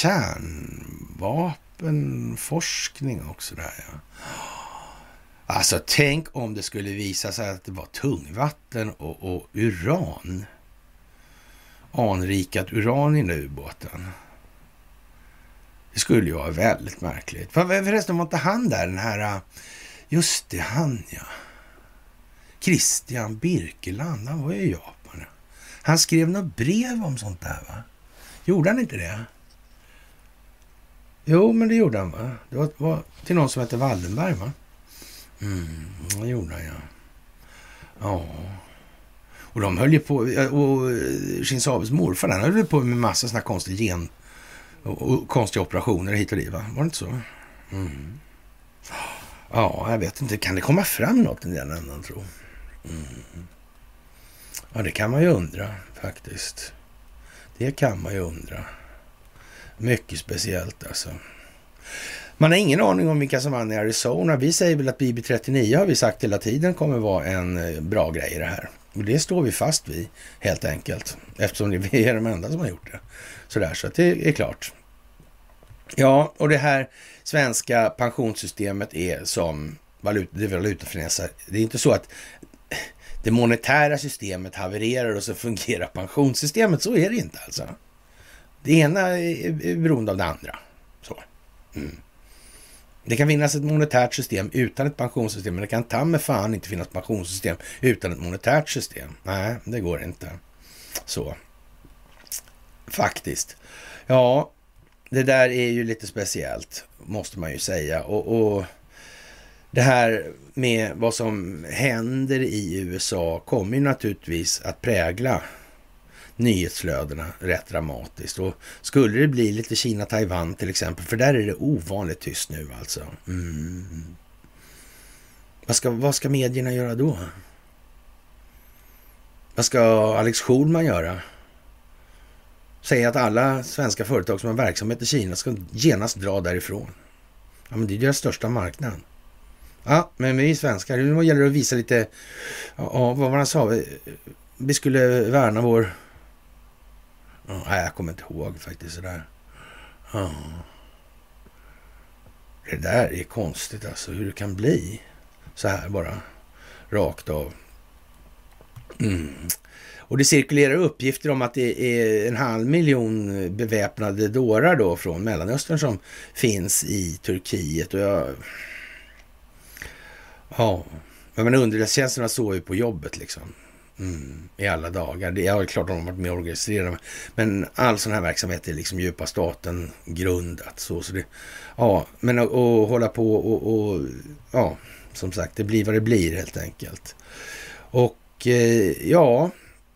kärnvapenforskning också där, ja. Alltså, tänk om det skulle visa sig att det var tungvatten och uran. Anrikat uran i den där ubåten. Det skulle ju vara väldigt märkligt. Förresten var inte han där, den här... Just det, han, ja. Christian Birkeland, han var ju i Japan. Han skrev något brev om sånt där, va? Gjorde han inte det? Jo, men det gjorde han, va? Det var till någon som heter Wallenberg, va? Det gjorde han, ja. Ja. Och de höll ju på, och Shinzo Abes morfar, han höll ju på med massa såna konstiga och konstiga operationer hit och dit, va? Var det inte så? Ja, jag vet inte. Kan det komma fram något i den änden, tro? Ja, det kan man ju undra, faktiskt. Det kan man ju undra. Mycket speciellt, alltså. Man har ingen aning om vilka som vann i Arizona. Vi säger väl att BB39 har vi sagt hela tiden kommer vara en bra grej i det här. Och det står vi fast vid, helt enkelt. Eftersom vi är de enda som har gjort det. Sådär, så att det är klart. Ja, och det här svenska pensionssystemet är som valutafinanser. Det är inte så att det monetära systemet havererar och så fungerar pensionssystemet. Så är det inte, alltså. Det ena är beroende av det andra. Så. Det kan finnas ett monetärt system utan ett pensionssystem, men det kan ta med fan inte finnas pensionssystem utan ett monetärt system. Nej, det går inte. Så. Faktiskt. Ja, det där är ju lite speciellt, måste man ju säga. Och det här med vad som händer i USA kommer ju naturligtvis att prägla nyhetsflödena rätt dramatiskt. Och skulle det bli lite Kina-Taiwan till exempel, för där är det ovanligt tyst nu alltså. Vad ska medierna göra då? Vad ska Alex Schulman göra? Säga att alla svenska företag som har verksamhet i Kina ska genast dra därifrån. Ja, men det är deras största marknad. Ja, men vi svenskar, nu gäller det att visa lite, ja, vad var han sa? Vi skulle värna vår... Nej, jag kommer inte ihåg faktiskt sådär. Ja. Det där är konstigt alltså, hur det kan bli så här bara rakt av. Och det cirkulerar uppgifter om att det är 500 000 beväpnade dårar då från Mellanöstern som finns i Turkiet. Och men underrättelsetjänsterna såg ju på jobbet liksom. I alla dagar. Det är klart att de har varit med och organiserade. Men all sån här verksamhet är liksom djupa staten grundat. Så det, ja, men att hålla på och ja, som sagt, det blir vad det blir helt enkelt. Och ja,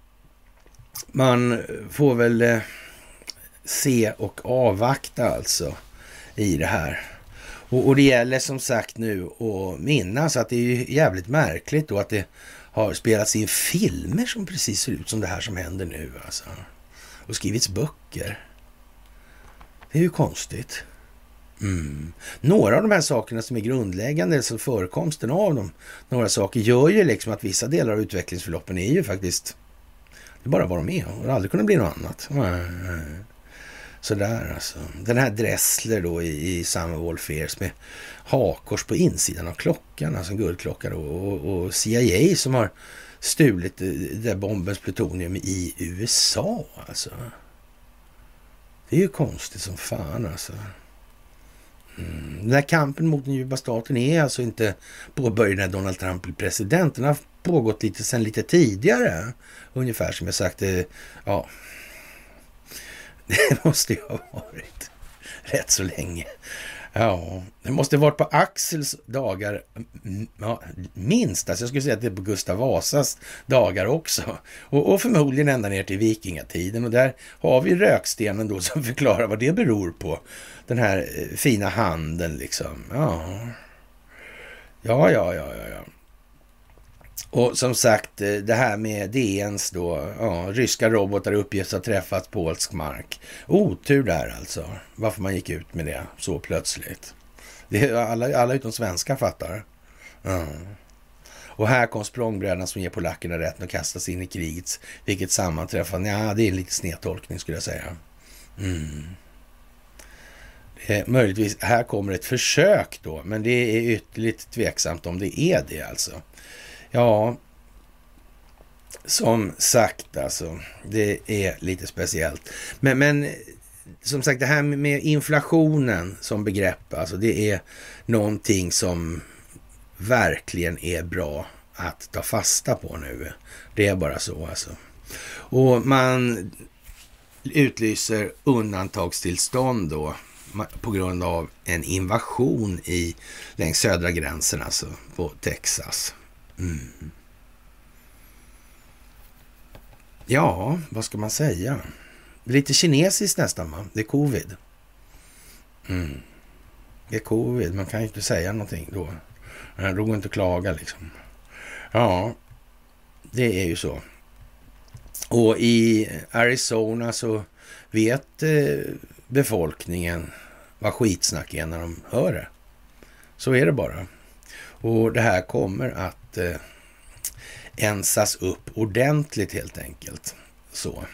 man får väl se och avvakta alltså i det här. Och det gäller som sagt nu att minnas att det är ju jävligt märkligt då att det har spelats in filmer som precis ser ut som det här som händer nu alltså. Och skrivits böcker. Det är ju konstigt. Några av de här sakerna som är grundläggande, alltså förekomsten av dem, några saker gör ju liksom att vissa delar av utvecklingsförloppen är ju faktiskt, det är bara vad de är och det aldrig kunna bli något annat. Sådär alltså. Den här Dressler då i Samuel Fairs med hakors på insidan av klockan, alltså en guldklocka då, och CIA som har stulit det bombens plutonium i USA alltså. Det är ju konstigt som fan alltså. Den här kampen mot den djupa staten är alltså inte påbörjad när Donald Trump blir president. Den har pågått sedan lite tidigare. Ungefär som jag sagt, ja. Det måste ju ha varit rätt så länge. Ja, det måste ha varit på Axels dagar, ja, minst. Alltså jag skulle säga att det är på Gustav Vasas dagar också. Och förmodligen ända ner till vikingatiden. Och där har vi rökstenen då som förklarar vad det beror på. Den här fina handeln liksom. Ja. Och som sagt, det här med DNs då, ryska robotar uppges ha träffat polsk mark. Otur där alltså, varför man gick ut med det så plötsligt. Det är alla utom svenska fattar. Och här kom språngbrädan som ger polackerna rätten att kasta sig in i krigets vilket sammanträffande. Ja, det är en lite snedtolkning skulle jag säga. Möjligtvis, här kommer ett försök då, men det är ytterligt tveksamt om det är det alltså. Ja, som sagt alltså, det är lite speciellt. Men som sagt, det här med inflationen som begrepp, alltså det är någonting som verkligen är bra att ta fasta på nu. Det är bara så alltså. Och man utlyser undantagstillstånd då på grund av en invasion längs södra gränsen alltså på Texas. Ja, vad ska man säga? Lite kinesiskt nästan, va? Det är covid. Det är covid, man kan ju inte säga någonting då. Det går inte att klaga liksom. Ja, det är ju så. Och i Arizona så vet befolkningen vad skitsnack är när de hör det. Så är det bara. Och det här kommer att ensas upp ordentligt helt enkelt. Så.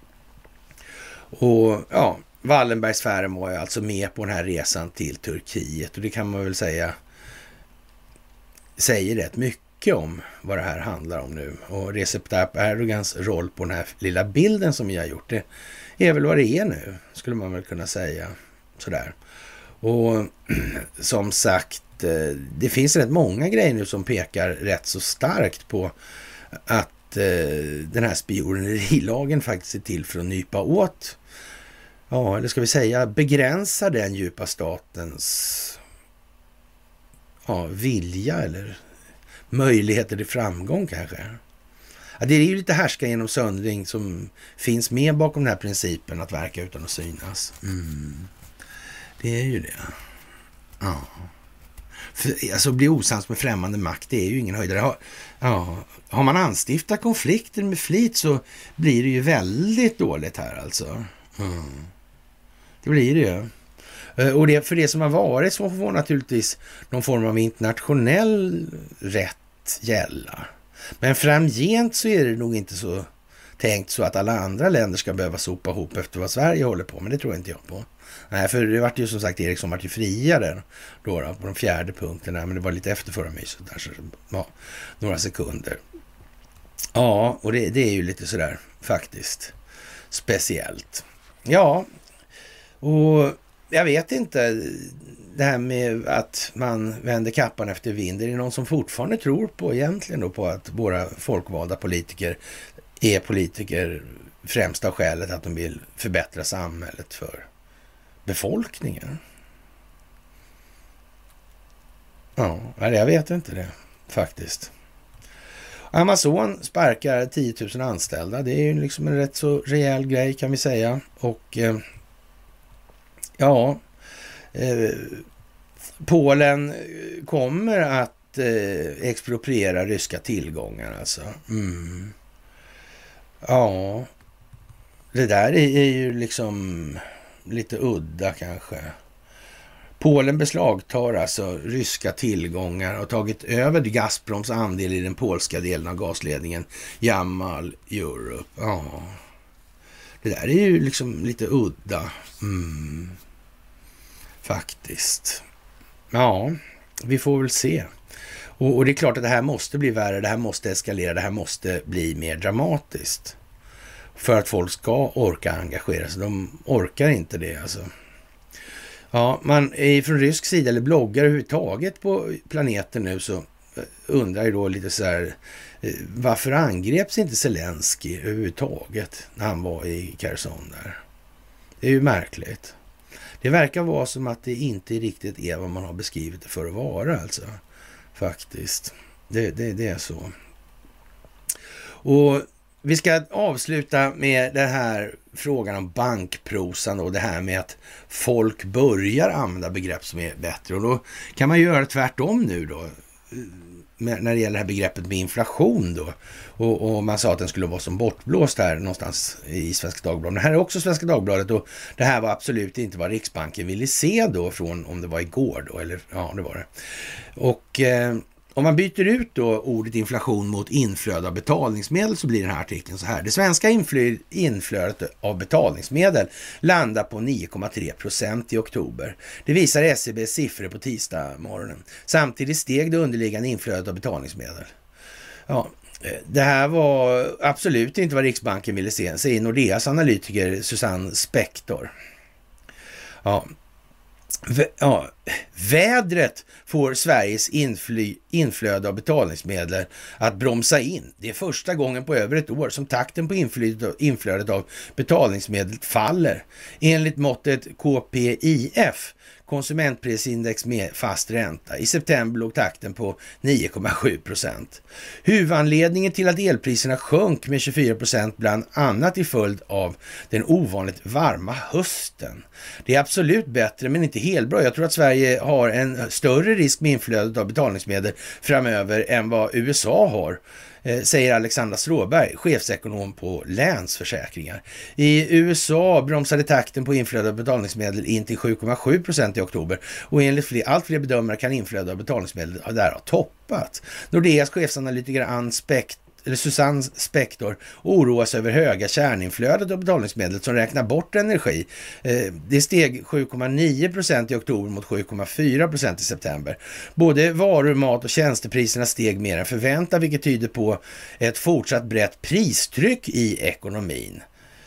Och ja, Wallenbergsfären var ju alltså med på den här resan till Turkiet. Och det kan man väl säga säger rätt mycket om vad det här handlar om nu. Och Recep Tayyip Erdogans roll på den här lilla bilden som vi har gjort, det är väl vad det är nu, skulle man väl kunna säga. Sådär. Och som sagt, det finns rätt många grejer nu som pekar rätt så starkt på att den här spionerilagen faktiskt är till för att nypa åt, ja, eller ska vi säga begränsa den djupa statens vilja eller möjligheter till framgång kanske. Ja, det är ju lite härska genom söndring som finns med bakom den här principen att verka utan att synas. Det är ju det. Ja. För, alltså bli osams med främmande makt, det är ju ingen höjdare. Har man anstiftat konflikter med flit så blir det ju väldigt dåligt här alltså. Det blir det ju. Och det, för det som har varit så får naturligtvis någon form av internationell rätt gälla. Men framgent så är det nog inte så tänkt så att alla andra länder ska behöva sopa ihop efter vad Sverige håller på. Men det tror inte jag på. Nej, för det var ju som sagt Eriksson var ju friare då på de fjärde punkterna. Men det var lite efter förra myset där, så ja, några sekunder. Ja, och det är ju lite sådär faktiskt speciellt. Ja, och jag vet inte, det här med att man vänder kappan efter vind. Är det någon som fortfarande tror på egentligen då på att våra folkvalda politiker är politiker främst av skälet att de vill förbättra samhället för befolkningen? Ja, jag vet inte det faktiskt. Amazon sparkar 10 000 anställda. Det är ju liksom en rätt så rejäl grej kan vi säga. Och Polen kommer att expropriera ryska tillgångar alltså. Ja, det där är ju liksom lite udda kanske. Polen beslagtar alltså ryska tillgångar och tagit över Gazproms andel i den polska delen av gasledningen Jamal Europe. Ja, det där är ju liksom lite udda. Faktiskt. Ja, vi får väl se. Och det är klart att det här måste bli värre, det här måste eskalera, det här måste bli mer dramatiskt. För att folk ska orka engagera sig. De orkar inte det alltså. Ja, man är från rysk sida eller bloggar överhuvudtaget på planeten nu så undrar ju då lite så här, varför angreps inte Zelensky överhuvudtaget när han var i Kherson där? Det är ju märkligt. Det verkar vara som att det inte riktigt är vad man har beskrivit det för att vara alltså. Faktiskt. Det är så. Och vi ska avsluta med den här frågan om bankprosan och det här med att folk börjar använda begrepp som är bättre. Och då kan man göra tvärtom nu då. när det gäller det här begreppet med inflation då. Och man sa att den skulle vara som bortblåst här någonstans i Svenska Dagbladet. Men här är också Svenska Dagbladet, och det här var absolut inte vad Riksbanken ville se då från, om det var igår då, eller ja, det var det. Och om man byter ut då ordet inflation mot inflöde av betalningsmedel så blir den här artikeln så här. Det svenska inflödet av betalningsmedel landar på 9,3% i oktober. Det visar SCBs siffror på tisdag morgonen. Samtidigt steg det underliggande inflödet av betalningsmedel. Ja, det här var absolut inte vad Riksbanken ville se, säger Nordeas analytiker Susanne Spector. Ja, vädret får Sveriges inflöde av betalningsmedel att bromsa in. Det är första gången på över ett år som takten på inflödet av betalningsmedel faller. Enligt måttet KPIF, konsumentprisindex med fast ränta. I september låg takten på 9,7%. Huvudanledningen till att elpriserna sjönk med 24% bland annat i följd av den ovanligt varma hösten. Det är absolut bättre men inte helt bra. Jag tror att Sverige har en större risk med inflödet av betalningsmedel framöver än vad USA har, säger Alexandra Stråberg, chefsekonom på Länsförsäkringar. I USA bromsade takten på inflöde av betalningsmedel in till 7,7% i oktober, och enligt allt fler bedömare kan inflöde av betalningsmedel där ha toppat. Nordeas chefsanalytiker Susanne Spector oroas över höga kärninflödet av betalningsmedel som räknar bort energi. Det steg 7,9% i oktober mot 7,4% i september. Både varor, mat och tjänstepriserna steg mer än förväntat, vilket tyder på ett fortsatt brett pristryck i ekonomin.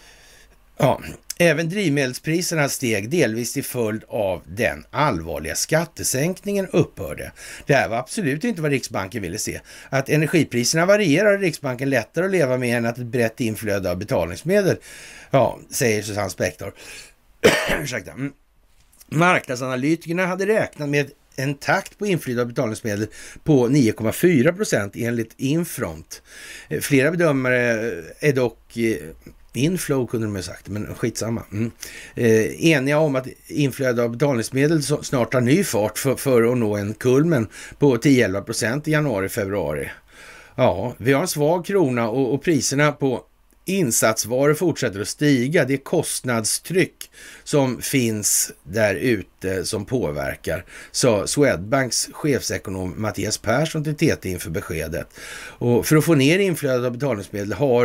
Ja, även drivmedelspriserna steg delvis till följd av den allvarliga skattesänkningen upphörde. Det här var absolut inte vad Riksbanken ville se. Att energipriserna varierar och Riksbanken lättare att leva med än att ett brett inflöde av betalningsmedel, ja, säger Susanne Spector. Ursäkta. Marknadsanalytikerna hade räknat med en takt på inflöde av betalningsmedel på 9,4% enligt Infront. Flera bedömare är dock inflow kunde de ha sagt, men skitsamma. Eniga om att inflöde av betalningsmedel snart tar ny fart för att nå en kulmen på 10-11% i januari-februari. Ja, vi har en svag krona och priserna på insatsvaror fortsätter att stiga. Det är kostnadstryck som finns där ute som påverkar, sa Swedbanks chefsekonom Mattias Persson till TT inför beskedet. Och för att få ner inflödet av betalningsmedel har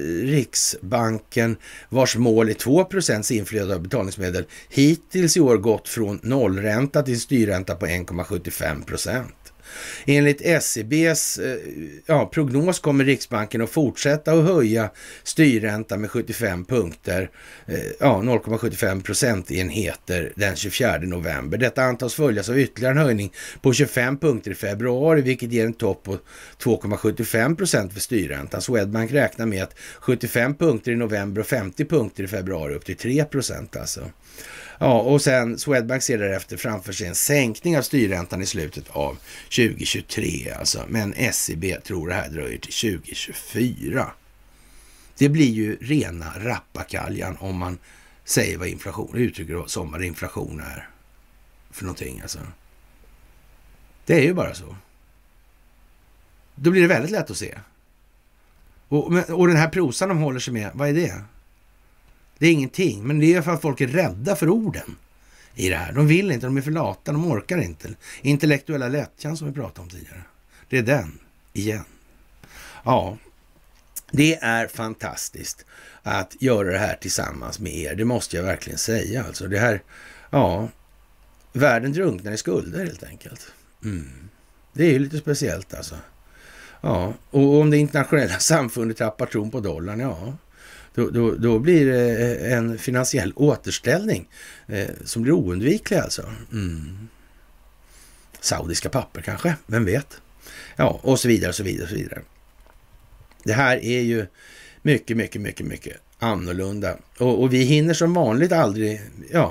Riksbanken, vars mål är 2% inflöde av betalningsmedel, hittills i år gått från nollränta till styrränta på 1,75%. Enligt SCBs prognos kommer Riksbanken att fortsätta att höja styrränta med 75 punkter, 0,75 procentenheter den 24 november. Detta antas följas av ytterligare en höjning på 25 punkter i februari, vilket ger en topp på 2,75% för styrräntan. Swedbank räknar med att 75 punkter i november och 50 punkter i februari upp till 3% alltså. Ja, och sen Swedbank ser därefter framför sig en sänkning av styrräntan i slutet av 2023 alltså. Men SCB tror det här dröjer till 2024. Det blir ju rena rappakaljan om man säger vad inflation, uttrycker som vad inflation är för någonting alltså. Det är ju bara så. Då blir det väldigt lätt att se. Och den här prosan de håller sig med, vad är det? Det är ingenting, men det är för att folk är rädda för orden i det här. De vill inte, de är för lata, de orkar inte. Intellektuella lättjan som vi pratade om tidigare. Det är den igen. Ja, det är fantastiskt att göra det här tillsammans med er. Det måste jag verkligen säga. Alltså det här, ja, världen drunknar i skulder helt enkelt. Det är ju lite speciellt alltså. Ja, och om det internationella samfundet tappar tron på dollarn, ja, då blir det en finansiell återställning som blir oundviklig alltså. Saudiska papper kanske, vem vet? Ja, och så vidare, och så vidare, och så vidare. Det här är ju mycket annorlunda. Och vi hinner som vanligt aldrig,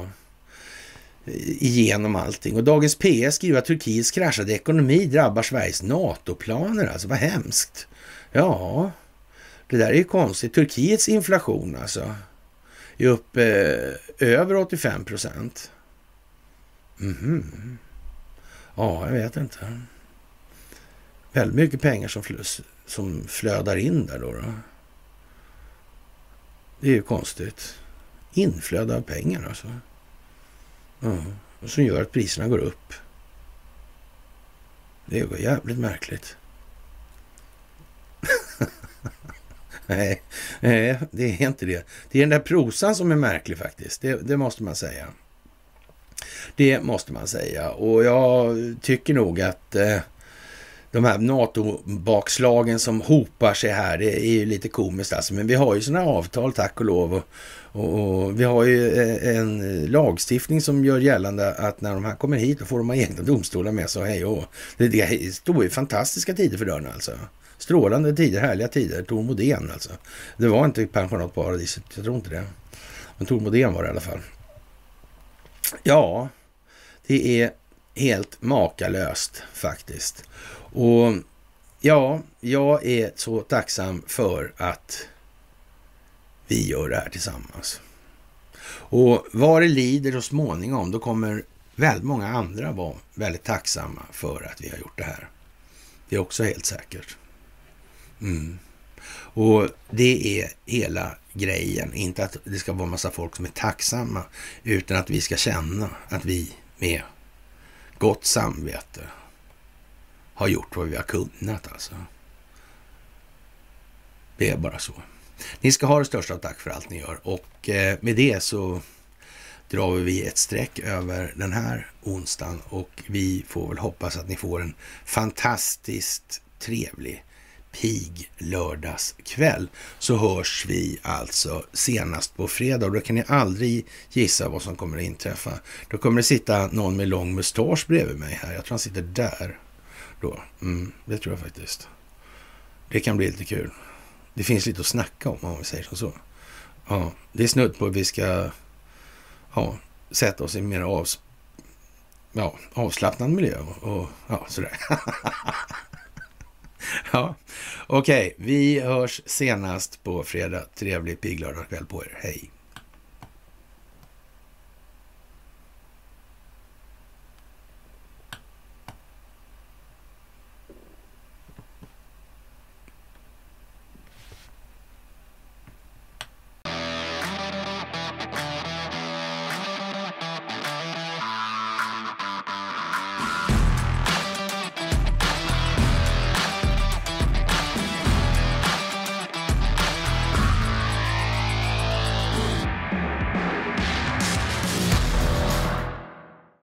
igenom allting. Och Dagens PS skriver att Turkiets kraschade ekonomi drabbar Sveriges NATO-planer. Alltså, vad hemskt. Ja, det där är ju konstigt. Turkiets inflation alltså är upp över 85%. Ja, jag vet inte. väldigt mycket pengar som flödar in där då. Det är ju konstigt. Inflöde av pengar alltså. Och som gör att priserna går upp. Det är jävligt märkligt. Nej, det är inte det. Det är den där prosan som är märklig faktiskt. Det måste man säga. Det måste man säga. Och jag tycker nog att de här NATO-bakslagen som hopar sig här, det är ju lite komiskt alltså. Men vi har ju sådana avtal, tack och lov. Och vi har ju en lagstiftning som gör gällande att när de här kommer hit, då får de ha egna domstolar med sig. Hej och det står ju fantastiska tider för dörren alltså. Strålande tider, härliga tider. Tor Modén alltså. Det var inte pensionatparadiset, jag tror inte det. Men Tor Modén var det i alla fall. Ja, det är helt makalöst faktiskt. Och ja, jag är så tacksam för att vi gör det här tillsammans. Och vad det lider så småningom, då kommer väldigt många andra vara väldigt tacksamma för att vi har gjort det här. Det är också helt säkert. Och det är hela grejen. Inte att det ska vara en massa folk som är tacksamma, utan att vi ska känna att vi med gott samvete har gjort vad vi har kunnat alltså. Det är bara så. Ni ska ha det största tack för allt ni gör. Och med det så drar vi ett streck över den här onsdagen. Och vi får väl hoppas att ni får en fantastiskt trevlig pig lördagskväll. Så hörs vi alltså senast på fredag. Och då kan ni aldrig gissa vad som kommer att inträffa. Då kommer det sitta någon med lång mustasch bredvid mig här. Jag tror han sitter där då. Det tror jag faktiskt. Det kan bli lite kul. Det finns lite att snacka om vi säger så. Ja, det är snudd på att vi ska sätta oss i en mer avslappnad miljö och sådär. Ja, okej. Vi hörs senast på fredag. Trevlig piglördagskväll på er. Hej!